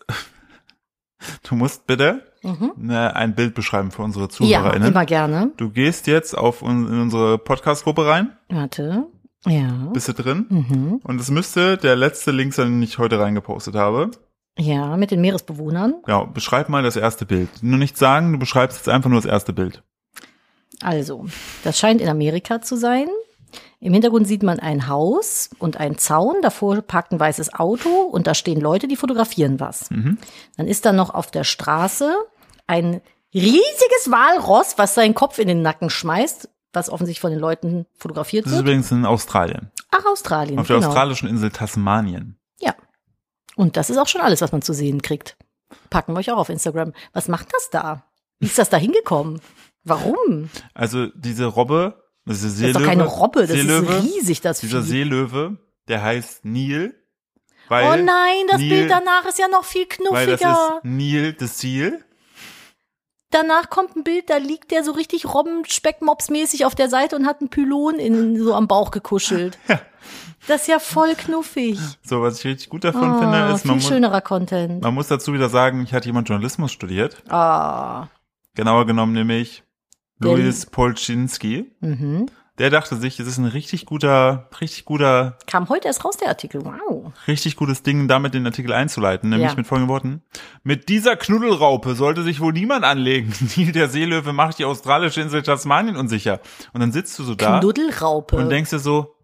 A: du musst bitte ein Bild beschreiben für unsere ZuhörerInnen.
B: Ja, immer gerne.
A: Du gehst jetzt in unsere Podcast-Gruppe rein.
B: Warte. Ja.
A: Bist du drin? Und es müsste der letzte Link sein, den ich heute reingepostet habe.
B: Ja, mit den Meeresbewohnern.
A: Ja, beschreib mal das erste Bild. Nur nicht sagen, du beschreibst jetzt einfach nur das erste Bild.
B: Also, das scheint in Amerika zu sein. Im Hintergrund sieht man ein Haus und einen Zaun. Davor parkt ein weißes Auto und da stehen Leute, die fotografieren was. Dann ist da noch auf der Straße ein riesiges Walross, was seinen Kopf in den Nacken schmeißt, was offensichtlich von den Leuten fotografiert wird.
A: Das ist übrigens in Australien.
B: Ach, Australien,
A: auf der australischen Insel Tasmanien.
B: Ja. Und das ist auch schon alles, was man zu sehen kriegt. Packen wir euch auch auf Instagram. Was macht das da? Wie ist das da hingekommen? Warum?
A: Also diese Robbe, diese Seelöwe.
B: Das ist doch keine Robbe, das ist riesig, das Vieh.
A: Dieser Seelöwe, der heißt Neil.
B: Oh nein, das Bild danach ist ja noch viel knuffiger.
A: Weil das ist Neil the Seal.
B: Danach kommt ein Bild, da liegt der so richtig Robben-Speckmops-mäßig auf der Seite und hat einen Pylon so am Bauch gekuschelt. Ja. Das ist ja voll knuffig.
A: So, was ich richtig gut davon finde, ist,
B: viel schönerer Content.
A: Man muss dazu wieder sagen, ich hatte jemand Journalismus studiert. Genauer genommen nämlich Louis Polczynski. Der dachte sich, es ist ein richtig guter.
B: Kam heute erst raus, der Artikel. Wow.
A: Richtig gutes Ding, damit den Artikel einzuleiten, nämlich mit folgenden Worten. Mit dieser Knuddelraupe sollte sich wohl niemand anlegen. Neil der Seelöwe macht die australische Insel Tasmanien unsicher. Und dann sitzt du so da.
B: Knuddelraupe.
A: Und denkst dir so,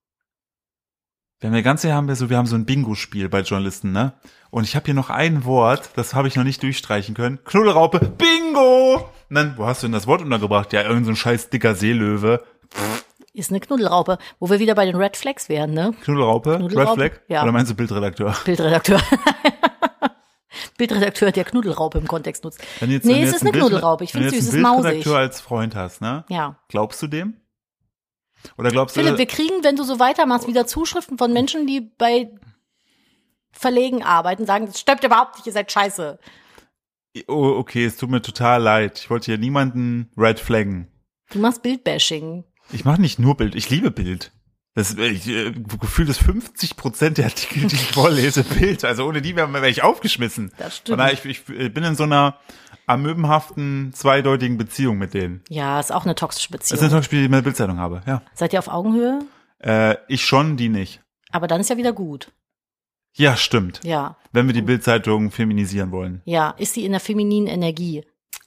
A: wir haben so ein Bingo-Spiel bei Journalisten, ne? Und ich habe hier noch ein Wort, das habe ich noch nicht durchstreichen können. Knuddelraupe, Bingo! Und dann, wo hast du denn das Wort untergebracht? Ja, irgend so ein scheiß dicker Seelöwe.
B: Ist eine Knuddelraupe, wo wir wieder bei den Red Flags wären, ne?
A: Knuddelraupe? Red Flag? Ja. Oder meinst du Bildredakteur?
B: Bildredakteur. Bildredakteur, der Knuddelraupe im Kontext nutzt. Es ist eine Knuddelraupe. Ich finde süß, es ist mausig. Wenn du einen
A: Bildredakteur als Freund hast, ne?
B: Ja.
A: Glaubst du dem? Oder glaubst du?
B: Philipp, wir kriegen, wenn du so weitermachst, wieder Zuschriften von Menschen, die bei Verlegen arbeiten, sagen, das stimmt überhaupt nicht, ihr seid scheiße.
A: Oh, okay, es tut mir total leid. Ich wollte hier niemanden red flaggen.
B: Du machst Bildbashing.
A: Ich mache nicht nur Bild, ich liebe Bild. Gefühlt ist 50% der Artikel, die ich vorlese, Bild. Also ohne die wäre ich aufgeschmissen.
B: Das stimmt.
A: Ich bin in so einer amöbenhaften, zweideutigen Beziehung mit denen.
B: Ja, ist auch eine toxische Beziehung.
A: Das ist eine toxische Beziehung, die ich in der Bildzeitung habe, ja.
B: Seid ihr auf Augenhöhe?
A: Ich schon, die nicht.
B: Aber dann ist ja wieder gut.
A: Ja, stimmt.
B: Ja.
A: Wenn wir die Bildzeitung feminisieren wollen.
B: Ja, ist sie in der femininen Energie?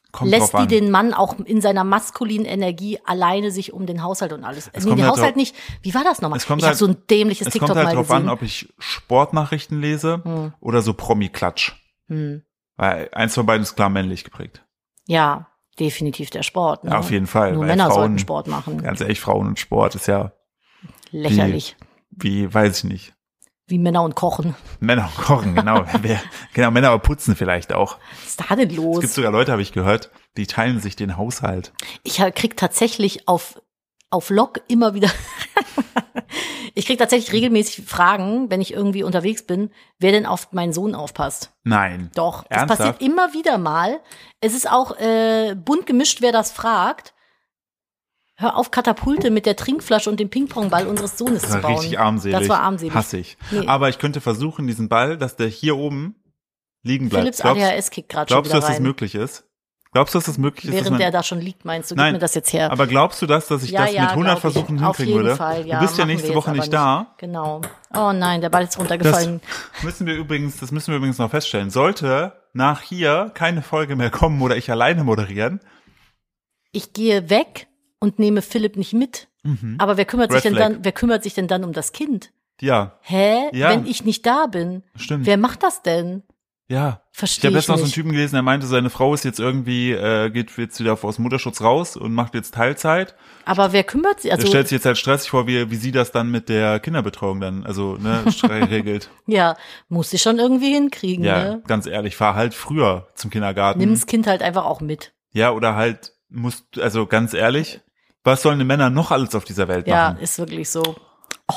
B: lässt die den Mann auch in seiner maskulinen Energie alleine sich um den Haushalt und alles. Nee, den Haushalt nicht. Wie war das nochmal? Ich habe so ein dämliches TikTok mal gesehen. Es kommt halt drauf
A: an, ob ich Sportnachrichten lese oder so Promi-Klatsch. Weil eins von beiden ist klar männlich geprägt.
B: Ja, definitiv der Sport. Ne?
A: Ja, auf jeden Fall.
B: Nur Männer sollten Sport machen.
A: Ganz ehrlich, Frauen und Sport ist ja
B: lächerlich.
A: Wie weiß ich nicht.
B: Wie Männer und Kochen.
A: Männer und Kochen, genau. Genau, Männer aber putzen vielleicht auch.
B: Was ist da denn los?
A: Es gibt sogar Leute, habe ich gehört, die teilen sich den Haushalt.
B: Ich krieg tatsächlich auf Log immer wieder, ich krieg tatsächlich regelmäßig Fragen, wenn ich irgendwie unterwegs bin, wer denn auf meinen Sohn aufpasst.
A: Nein.
B: Doch,
A: Ernsthaft?
B: Das passiert immer wieder mal. Es ist auch bunt gemischt, wer das fragt. Hör auf, Katapulte mit der Trinkflasche und dem Pingpongball unseres Sohnes zu bauen.
A: Das war richtig armselig.
B: Das war armselig.
A: Hasse ich.
B: Nee.
A: Aber ich könnte versuchen, diesen Ball, dass der hier oben liegen bleibt.
B: Philipps ADHS kickt gerade schon wieder rein.
A: Glaubst du, dass das möglich ist? Glaubst du, dass das möglich ist?
B: Während der da schon liegt, meinst du, gib mir das jetzt her.
A: Aber glaubst du dass ich das mit 100 Versuchen hinkriegen würde?
B: Fall, ja,
A: du bist ja nächste Woche nicht da.
B: Genau. Oh nein, der Ball ist runtergefallen.
A: Das müssen wir übrigens noch feststellen. Sollte nach hier keine Folge mehr kommen oder ich alleine moderieren.
B: Ich gehe weg und nehme Philipp nicht mit. Aber wer kümmert sich denn dann um das Kind?
A: Ja.
B: Hä?
A: Ja.
B: Wenn ich nicht da bin?
A: Stimmt.
B: Wer macht das denn?
A: Ja.
B: Verstehe ich
A: habe letztens noch so einen
B: nicht.
A: Typen gelesen, der meinte, seine Frau ist jetzt irgendwie, geht jetzt wieder aus dem Mutterschutz raus und macht jetzt Teilzeit.
B: Aber wer kümmert sich? Also,
A: der stellt sich jetzt halt stressig vor, wie sie das dann mit der Kinderbetreuung dann, regelt.
B: Ja, muss sie schon irgendwie hinkriegen,
A: ja,
B: ne?
A: Ganz ehrlich, fahr halt früher zum Kindergarten.
B: Nimm das Kind halt einfach auch mit.
A: Ja, oder halt also ganz ehrlich, was sollen die Männer noch alles auf dieser Welt machen?
B: Ja, ist wirklich so. Oh.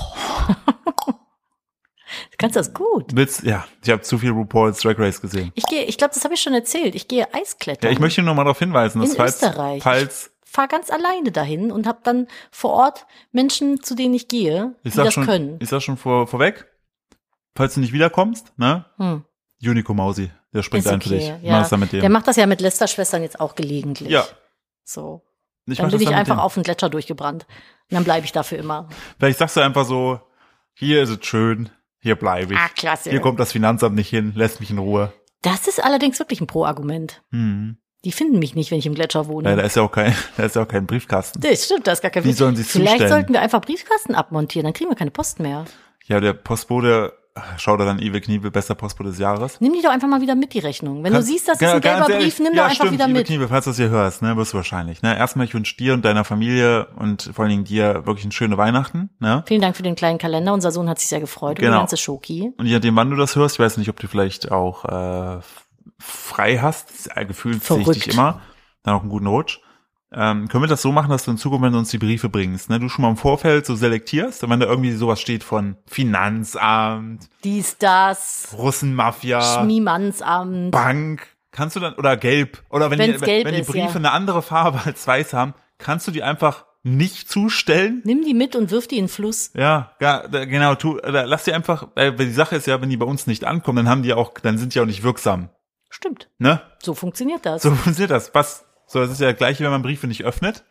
B: Du kannst das gut.
A: Ja, ich habe zu viel RuPaul's Drag Race gesehen.
B: Ich glaube, das habe ich schon erzählt. Ich gehe Eisklettern.
A: Ja, ich möchte nur mal darauf hinweisen, dass
B: in Österreich. Ich fahre ganz alleine dahin und habe dann vor Ort Menschen, zu denen ich gehe, die das können.
A: Ich sag schon vorweg, falls du nicht wiederkommst, ne? Unico Mausi, der springt ein für dich.
B: Ja.
A: Mach das dann mit dem.
B: Der macht das ja mit Lester-Schwestern jetzt auch gelegentlich.
A: Ja.
B: So. Dann bin ich einfach auf den Gletscher durchgebrannt. Und dann bleibe ich dafür immer.
A: Vielleicht sagst du einfach so, hier ist es schön, hier bleibe ich.
B: Ah, klasse.
A: Hier kommt das Finanzamt nicht hin, lässt mich in Ruhe.
B: Das ist allerdings wirklich ein Pro-Argument. Die finden mich nicht, wenn ich im Gletscher wohne.
A: Ja, da ist ja auch kein Briefkasten.
B: Das stimmt, da ist gar kein
A: Wie sollen sie es zustellen?
B: Vielleicht sollten wir einfach Briefkasten abmontieren, dann kriegen wir keine Post mehr.
A: Ja, der Postbote, schau da dann Iwe Kniebel, bester Postbote des Jahres.
B: Nimm die doch einfach mal wieder mit, die Rechnung. Wenn du siehst, das ist ein gelber Brief, nimm doch einfach wieder
A: Iwe
B: mit.
A: Kniebel, falls du das hier hörst, ne, wirst du wahrscheinlich. Ne? Erstmal, ich wünsche dir und deiner Familie und vor allen Dingen dir wirklich eine schöne Weihnachten. Ne?
B: Vielen Dank für den kleinen Kalender. Unser Sohn hat sich sehr gefreut.
A: Genau.
B: Und die ganze Schoki.
A: Und je nachdem, wann du das hörst, ich weiß nicht, ob du vielleicht auch frei hast. Gefühlt sehe ich dich immer. Dann auch einen guten Rutsch. Können wir das so machen, dass du in Zukunft, wenn du uns die Briefe bringst, ne, du schon mal im Vorfeld so selektierst, und wenn da irgendwie sowas steht von Finanzamt,
B: das,
A: Russenmafia,
B: Schmiemansamt,
A: Bank, kannst du dann, oder gelb, oder wenn die Briefe eine andere Farbe als weiß haben, kannst du die einfach nicht zustellen?
B: Nimm die mit und wirf die in den Fluss.
A: Ja, genau, lass die einfach, weil die Sache ist ja, wenn die bei uns nicht ankommen, dann sind die auch nicht wirksam.
B: Stimmt.
A: Ne?
B: So funktioniert das.
A: So, das ist ja das Gleiche, wenn man Briefe nicht öffnet.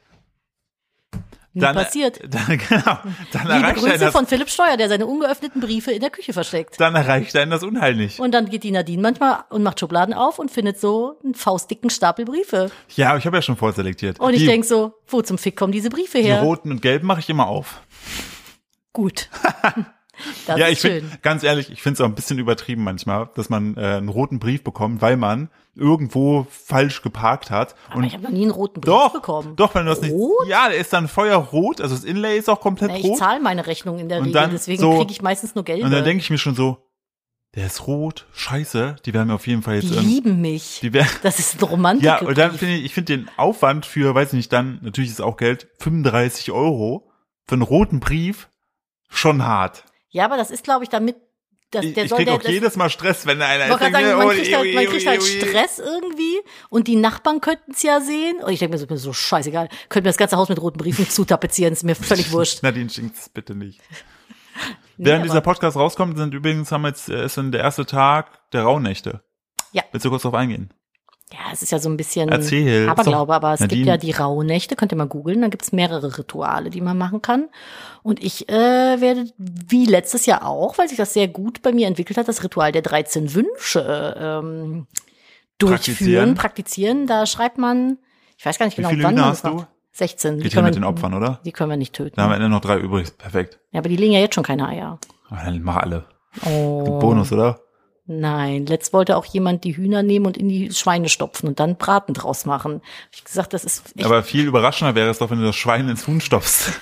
B: Dann passiert.
A: Dann
B: Liebe Grüße von Philipp Steuer, der seine ungeöffneten Briefe in der Küche versteckt.
A: Dann erreicht einen das Unheil nicht.
B: Und dann geht die Nadine manchmal und macht Schubladen auf und findet so einen faustdicken Stapel Briefe.
A: Ja, aber ich habe ja schon vorselektiert.
B: Und ich denk so, wo zum Fick kommen diese Briefe her?
A: Die roten und gelben mache ich immer auf.
B: Gut.
A: Das ja, ist schön. Ganz ehrlich, ich finde es auch ein bisschen übertrieben manchmal, dass man einen roten Brief bekommt, weil man irgendwo falsch geparkt hat.
B: Aber ich habe noch nie einen roten Brief bekommen.
A: Doch, wenn du das nicht. Ja, der ist dann feuerrot, also das Inlay ist auch komplett rot.
B: Ich zahle meine Rechnung in der Regel, deswegen kriege ich meistens nur gelbe.
A: Und dann denke ich mir schon so, der ist rot, scheiße, die werden mir auf jeden Fall jetzt...
B: Die lieben mich. Das ist ein Romantik.
A: Ja, und dann finde ich den Aufwand für, weiß ich nicht, dann, natürlich ist auch Geld, 35 € für einen roten Brief schon hart.
B: Ja, aber das ist, glaube ich, damit, dass
A: ich krieg auch jedes Mal Stress, wenn einer ist.
B: Man kriegt halt Stress irgendwie und die Nachbarn könnten es ja sehen. Und ich denke mir so scheißegal. Könnten wir das ganze Haus mit roten Briefen zutapezieren, ist mir völlig wurscht.
A: Nadine, schenkt's bitte nicht. Während dieser Podcast rauskommt, ist dann der erste Tag der Rauhnächte. Ja. Willst du kurz drauf eingehen?
B: Ja, es ist ja so ein bisschen
A: Aberglaube,
B: aber es gibt ja die Rauhnächte, könnt ihr mal googeln, da gibt es mehrere Rituale, die man machen kann. Und ich werde, wie letztes Jahr auch, weil sich das sehr gut bei mir entwickelt hat, das Ritual der 13 Wünsche praktizieren. Da schreibt man, ich weiß gar nicht genau,
A: wie viele
B: wann
A: Hühner
B: man
A: hast du?
B: 16.
A: Geht ja mit den Opfern, oder?
B: Die können wir nicht töten.
A: Da haben wir Ende noch 3 übrig. Perfekt.
B: Ja, aber die legen ja jetzt schon keine Eier.
A: Dann mach alle.
B: Oh.
A: Bonus, oder?
B: Nein, letzt wollte auch jemand die Hühner nehmen und in die Schweine stopfen und dann Braten draus machen. Hab ich gesagt, das ist echt.
A: Aber viel überraschender wäre es doch, wenn du das Schwein ins Huhn stopfst.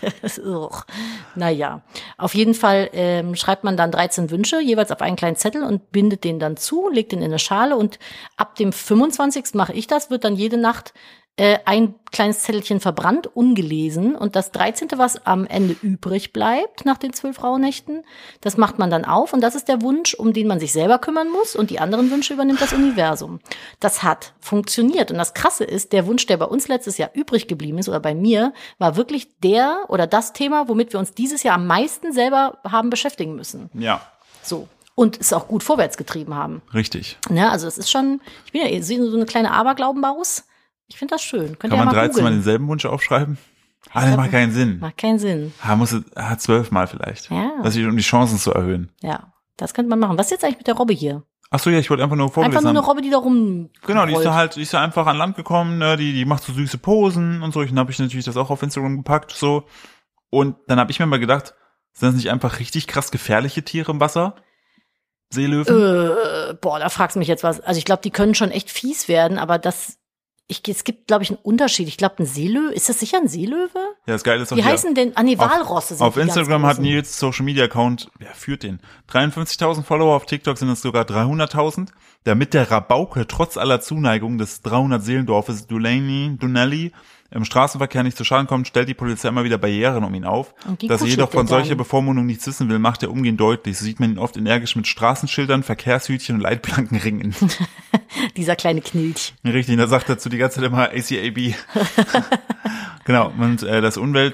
B: Naja, auf jeden Fall schreibt man dann 13 Wünsche, jeweils auf einen kleinen Zettel und bindet den dann zu, legt den in eine Schale und ab dem 25. mache ich das, wird dann jede Nacht ein kleines Zettelchen verbrannt, ungelesen. Und das 13., was am Ende übrig bleibt nach den 12 Rauhnächten, das macht man dann auf. Und das ist der Wunsch, um den man sich selber kümmern muss. Und die anderen Wünsche übernimmt das Universum. Das hat funktioniert. Und das Krasse ist, der Wunsch, der bei uns letztes Jahr übrig geblieben ist, oder bei mir, war wirklich der oder das Thema, womit wir uns dieses Jahr am meisten selber haben beschäftigen müssen.
A: Ja.
B: So. Und es auch gut vorwärts getrieben haben.
A: Richtig.
B: Ja, also es ist schon, ich bin ja so eine kleine Aberglaubenmaus. Ich finde das schön.
A: Kann man 13 Mal denselben Wunsch aufschreiben? Das macht keinen Sinn.
B: Macht keinen Sinn.
A: 12 Mal vielleicht.
B: Ja.
A: Um die Chancen zu erhöhen.
B: Ja, das könnte man machen. Was ist jetzt eigentlich mit der Robbe hier?
A: Ach so, ja, ich wollte einfach nur vorgelesen.
B: Einfach nur eine Robbe, die da rum.
A: Genau, die ist da einfach an Land gekommen, ne? Die macht so süße Posen und so. Dann habe ich natürlich das auch auf Instagram gepackt, so. Und dann habe ich mir mal gedacht, sind das nicht einfach richtig krass gefährliche Tiere im Wasser? Seelöwen?
B: Da fragst du mich jetzt was. Also ich glaube, die können schon echt fies werden, aber es gibt, glaube ich, einen Unterschied. Ich glaube, ein Seelöwe, ist das sicher ein Seelöwe?
A: Ja, das Geile ist doch
B: Wie heißen denn, Walrosse sind
A: auf
B: die
A: Instagram
B: ganz
A: hat Nils Social Media Account, wer führt den? 53.000 Follower, auf TikTok sind es sogar 300.000. Damit der Rabauke trotz aller Zuneigung des 300-Seelendorfes Dunelli im Straßenverkehr nicht zu Schaden kommt, stellt die Polizei immer wieder Barrieren um ihn auf. Dass er jedoch von solcher Bevormundung nichts wissen will, macht er umgehend deutlich. So sieht man ihn oft energisch mit Straßenschildern, Verkehrshütchen und Leitplanken ringen.
B: Dieser kleine Knilch.
A: Richtig, da sagt er zu die ganze Zeit immer ACAB. Genau, und das Umwelt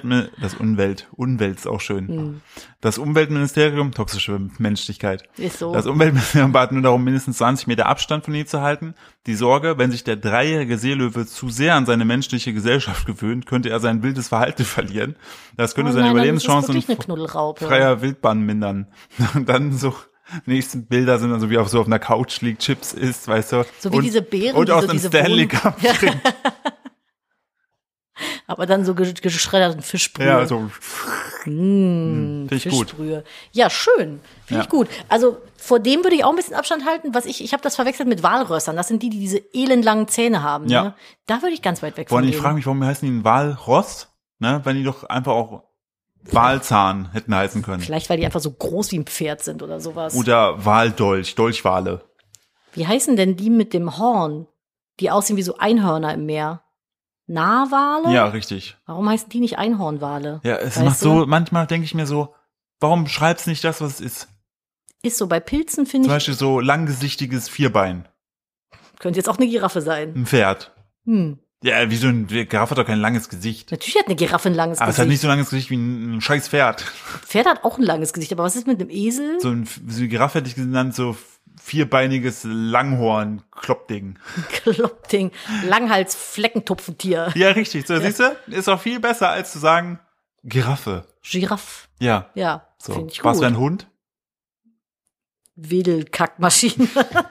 A: ist auch schön. Das Umweltministerium, toxische Menschlichkeit.
B: Ist so.
A: Das Umweltministerium bat nur darum, mindestens 20 Meter Abstand von ihm zu halten. Die Sorge, wenn sich der 3-jährige Seelöwe zu sehr an seine menschliche Gesellschaft gewöhnt, könnte er sein wildes Verhalten verlieren. Das könnte seine Überlebenschancen und freier Wildbahn mindern. Und dann so nächsten Bilder sind dann so wie auf einer Couch liegt, Chips isst, weißt du.
B: So wie diese Beeren.
A: Und aus einem Stanley Cup trinkt.
B: Aber dann so geschredderten Fischbrühe.
A: Ja, so. Finde ich gut.
B: Ja, schön. Finde ich gut. Also vor dem würde ich auch ein bisschen Abstand halten. Ich habe das verwechselt mit Walrössern. Das sind die diese elendlangen Zähne haben.
A: Ja.
B: Ne? Da würde ich ganz weit weg von denen.
A: Ich frage mich, warum heißen die ein Walross? Ne? Wenn die doch einfach auch Walzahn hätten heißen können.
B: Vielleicht, weil die einfach so groß wie ein Pferd sind oder sowas.
A: Oder Waldolch, Dolchwale.
B: Wie heißen denn die mit dem Horn? Die aussehen wie so Einhörner im Meer. Narwale?
A: Ja, richtig.
B: Warum heißen die nicht Einhornwale?
A: Ja, es macht so, manchmal denke ich mir so, warum schreibst du nicht das, was es ist?
B: Ist so, bei Pilzen finde ich.
A: Zum Beispiel so langgesichtiges Vierbein.
B: Könnte jetzt auch eine Giraffe sein.
A: Ein Pferd. Ja, wie so ein Giraffe hat doch kein langes Gesicht.
B: Natürlich hat eine Giraffe ein langes Gesicht.
A: Aber es hat nicht so ein langes Gesicht wie ein scheiß Pferd.
B: Pferd hat auch ein langes Gesicht, aber was ist mit einem Esel?
A: So eine Giraffe hätte ich genannt, so vierbeiniges Langhorn-Kloppding.
B: Kloppding. Langhals-Fleckentupfentier.
A: Ja, richtig. So, siehst du? Ist auch viel besser, als zu sagen Giraffe.
B: Giraffe.
A: Ja.
B: Ja,
A: so.
B: Finde ich gut.
A: Was für ein Hund?
B: Wedelkackmaschine.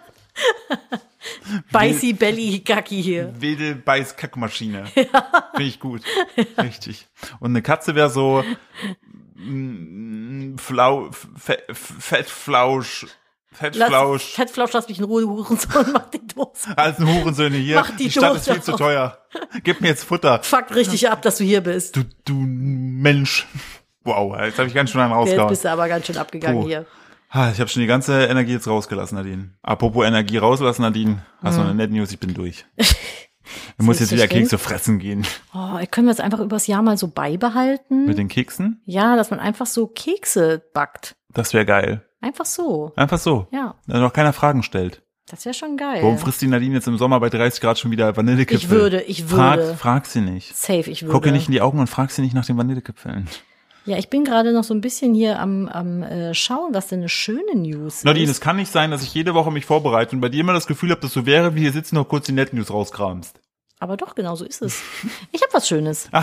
B: Beißi Belly Kacki hier.
A: Wedelbeiß-Kackmaschine. Ja. Finde ich gut. Richtig. Und eine Katze wäre so Fettflausch,
B: lass mich in Ruhe, Hurensohn, mach die Dose.
A: Als ein Hurensöhne hier.
B: Mach die
A: Stadt
B: Dose
A: ist viel zu teuer. Gib mir jetzt Futter.
B: Fuck richtig ab, dass du hier bist.
A: Du Mensch. Wow, jetzt habe ich ganz schön einen rausgehauen.
B: Jetzt bist du aber ganz schön abgegangen hier.
A: Ich habe schon die ganze Energie jetzt rausgelassen, Nadine. Apropos Energie rauslassen, Nadine. Hast du eine nette News? Ich bin durch. Ich muss jetzt wieder Kekse fressen gehen.
B: Können wir es einfach übers Jahr mal so beibehalten?
A: Mit den Keksen?
B: Ja, dass man einfach so Kekse backt.
A: Das wäre geil.
B: Einfach so.
A: Einfach so.
B: Ja.
A: Dass noch keiner Fragen stellt.
B: Das wäre schon geil.
A: Warum frisst die Nadine jetzt im Sommer bei 30 Grad schon wieder Vanillekipfel?
B: Ich würde.
A: Frag sie nicht.
B: Safe, ich würde.
A: Guck ihr nicht in die Augen und frag sie nicht nach den Vanillekipfeln.
B: Ja, ich bin gerade noch so ein bisschen hier am Schauen, was denn eine schöne News ist.
A: Nadine, es kann nicht sein, dass ich jede Woche mich vorbereite und bei dir immer das Gefühl habe, dass du während wir hier sitzen noch kurz die Net News rauskramst.
B: Aber doch, genau so ist es. Ich habe was Schönes.
A: Ach,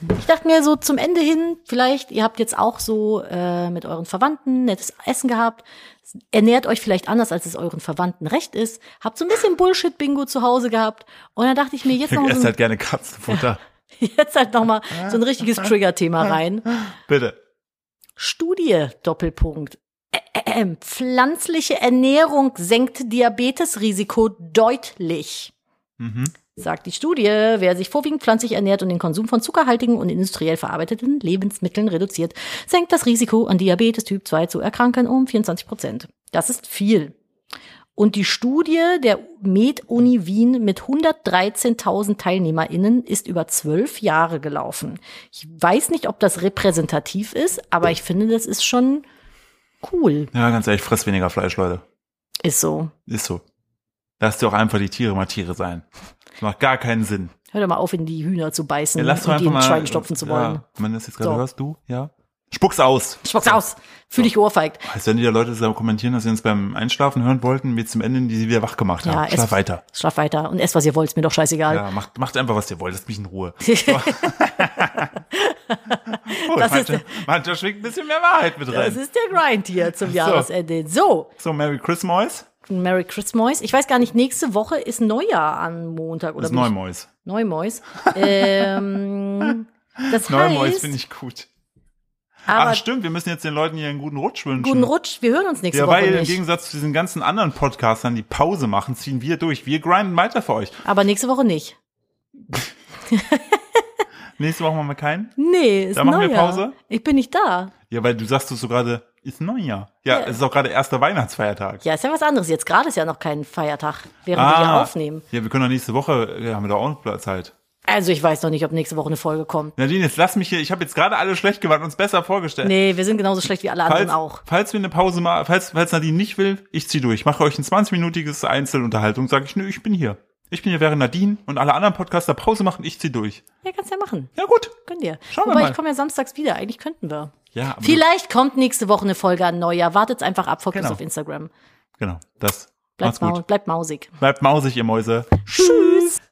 B: Ich dachte mir so zum Ende hin, vielleicht, ihr habt jetzt auch so mit euren Verwandten nettes Essen gehabt, ernährt euch vielleicht anders, als es euren Verwandten recht ist, habt so ein bisschen Bullshit-Bingo zu Hause gehabt und dann dachte ich mir, jetzt noch
A: so halt gerne Katzenfutter.
B: Jetzt halt noch mal so ein richtiges Trigger-Thema rein.
A: Bitte.
B: Studie, Doppelpunkt. Pflanzliche Ernährung senkt Diabetesrisiko deutlich. Sagt die Studie, wer sich vorwiegend pflanzlich ernährt und den Konsum von zuckerhaltigen und industriell verarbeiteten Lebensmitteln reduziert, senkt das Risiko, an Diabetes Typ 2 zu erkranken, um 24%. Das ist viel. Und die Studie der Med-Uni Wien mit 113.000 TeilnehmerInnen ist über 12 Jahre gelaufen. Ich weiß nicht, ob das repräsentativ ist, aber ich finde, das ist schon cool.
A: Ja, ganz ehrlich, friss weniger Fleisch, Leute.
B: Ist so.
A: Ist so. Lasst ihr auch einfach die Tiere mal Tiere sein. Das macht gar keinen Sinn.
B: Hör doch mal auf, in die Hühner zu beißen
A: ja,
B: und die in den Schwein stopfen zu wollen.
A: Ja, wenn du das jetzt gerade hörst, du, ja. Spuck's aus.
B: Spuck's aus. Fühl dich geohrfeigt.
A: Heißt, wenn die Leute so kommentieren, dass sie uns beim Einschlafen hören wollten, wie zum Ende, die sie wieder wach gemacht haben. Ja, Schlaf weiter.
B: Schlaf weiter und esst, was ihr wollt, ist mir doch scheißegal.
A: Ja, macht einfach, was ihr wollt, lasst mich in Ruhe. Manchmal schwingt ein bisschen mehr Wahrheit mit rein.
B: Das ist der Grind hier zum Jahresende. So,
A: Merry Christmas.
B: Merry Christmas. Ich weiß gar nicht, nächste Woche ist Neujahr an Montag. Oder
A: das ist Neumäus.
B: Neumäus. Das
A: Neumäus
B: heißt,
A: finde ich gut. Ach stimmt, wir müssen jetzt den Leuten hier einen guten Rutsch wünschen.
B: Guten Rutsch, wir hören uns nächste Woche
A: weil
B: nicht.
A: Im Gegensatz zu diesen ganzen anderen Podcastern, die Pause machen, ziehen wir durch. Wir grinden weiter für euch.
B: Aber nächste Woche nicht.
A: Nächste Woche machen wir keinen?
B: Nee, ist
A: Neujahr. Da machen wir Pause?
B: Ich bin nicht da.
A: Ja, weil du sagst so gerade, ist Neujahr. Ja, es ist auch gerade erster Weihnachtsfeiertag.
B: Ja, ist ja was anderes. Jetzt gerade ist ja noch kein Feiertag, während wir hier aufnehmen.
A: Ja, wir können doch nächste Woche, haben wir doch auch Zeit.
B: Also ich weiß noch nicht, ob nächste Woche eine Folge kommt.
A: Nadine, jetzt lass mich hier, ich habe jetzt gerade alle schlecht gemacht und uns besser vorgestellt.
B: Nee, wir sind genauso schlecht wie alle anderen auch.
A: Falls wir eine Pause machen, falls Nadine nicht will, ich zieh durch. Ich mache euch ein 20-minütiges Einzelunterhaltung, sage ich, nö, ich bin hier. Ich bin hier, während Nadine und alle anderen Podcaster Pause machen, ich zieh durch.
B: Ja, kannst ja machen.
A: Ja, gut.
B: Könnt ihr.
A: Schauen wir mal.
B: Ich komme ja samstags wieder, eigentlich könnten wir.
A: Ja, aber
B: vielleicht kommt nächste Woche eine Folge an Neujahr. Wartet's einfach ab, folgt uns auf Instagram.
A: Genau, das.
B: Bleibt mausig.
A: Bleibt mausig, ihr Mäuse.
B: Tschüss.